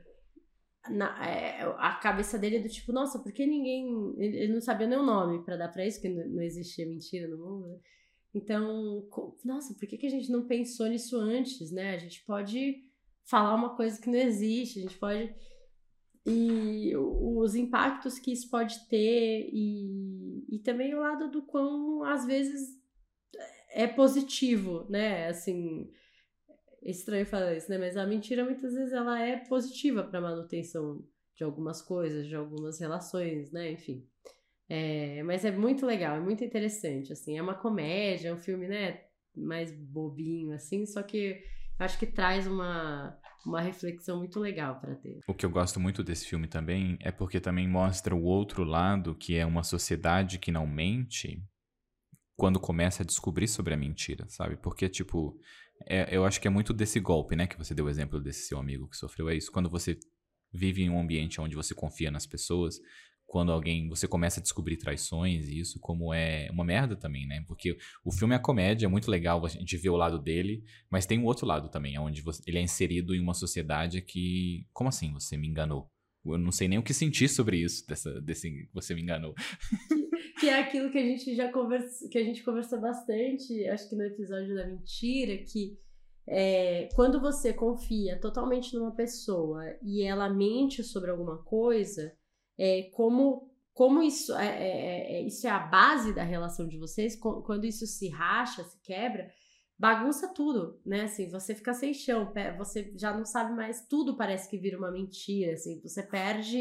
a cabeça dele é do tipo, nossa, por que ninguém. Ele não sabia nem o nome pra dar pra isso, porque não existia mentira no mundo, né? Então, nossa, por que a gente não pensou nisso antes, né? A gente pode falar uma coisa que não existe, a gente pode. E os impactos que isso pode ter, e também o lado do quão, às vezes, é positivo, né? Assim, é estranho falar isso, né? Mas a mentira, muitas vezes, ela é positiva para manutenção de algumas coisas, de algumas relações, né? Enfim. Mas é muito legal, é muito interessante, assim, é uma comédia, é um filme, né, mais bobinho, assim, só que acho que traz uma reflexão muito legal para ter. O que eu gosto muito desse filme também é porque também mostra o outro lado, que é uma sociedade que não mente, quando começa a descobrir sobre a mentira, sabe? Porque, tipo, eu acho que é muito desse golpe, né? Que você deu o exemplo desse seu amigo que sofreu. É isso. Quando você vive em um ambiente onde você confia nas pessoas, quando você começa a descobrir traições e isso, como é uma merda também, né? Porque o filme é comédia, é muito legal a gente ver o lado dele, mas tem um outro lado também, onde ele é inserido em uma sociedade que. Como assim você me enganou? Eu não sei nem o que sentir sobre isso, desse você me enganou. Que é aquilo que a gente já que a gente conversou bastante, acho que no episódio da mentira, que quando você confia totalmente numa pessoa e ela mente sobre alguma coisa, como isso isso é a base da relação de vocês, quando isso se racha, se quebra, bagunça tudo, né? Assim, você fica sem chão, você já não sabe mais, tudo parece que vira uma mentira, assim, você perde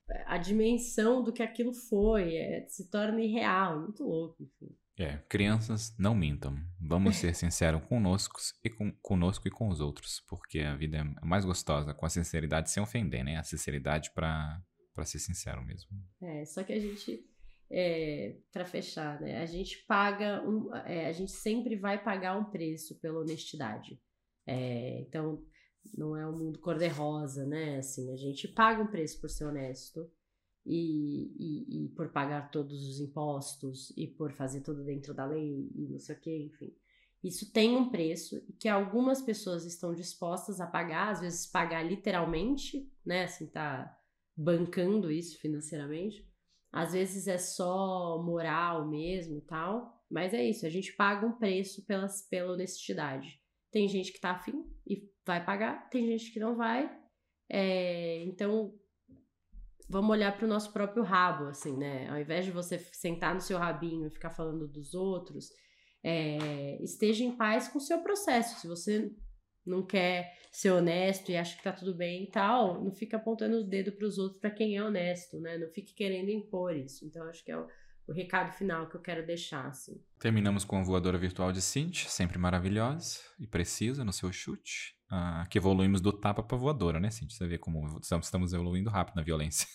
a dimensão do que aquilo foi, se torna irreal, muito louco, enfim. Crianças, não mintam. Vamos ser sinceros conosco e com os outros, porque a vida é mais gostosa com a sinceridade sem ofender, né? A sinceridade pra ser sincero mesmo. Só que a gente, pra fechar, né? A gente paga, a gente sempre vai pagar um preço pela honestidade. Então, não é um mundo cor-de-rosa, né? Assim, a gente paga um preço por ser honesto. E por pagar todos os impostos e por fazer tudo dentro da lei e não sei o que, enfim. Isso tem um preço e que algumas pessoas estão dispostas a pagar, às vezes pagar literalmente, né, assim, tá bancando isso financeiramente. Às vezes é só moral mesmo e tal, mas é isso, a gente paga um preço pela honestidade. Tem gente que tá afim e vai pagar, tem gente que não vai, então vamos olhar para o nosso próprio rabo, assim, né? Ao invés de você sentar no seu rabinho e ficar falando dos outros, esteja em paz com o seu processo. Se você não quer ser honesto e acha que tá tudo bem e tal, não fica apontando o dedo para os outros para quem é honesto, né? Não fique querendo impor isso. Então, acho que é o recado final que eu quero deixar, assim. Terminamos com a voadora virtual de Cintia, sempre maravilhosa e precisa no seu chute. Que evoluímos do tapa pra voadora, né, Cintia? Você vê como estamos evoluindo rápido na violência.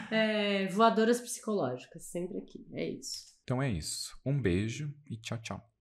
Voadoras psicológicas, sempre aqui. É isso. Então é isso. Um beijo e tchau, tchau.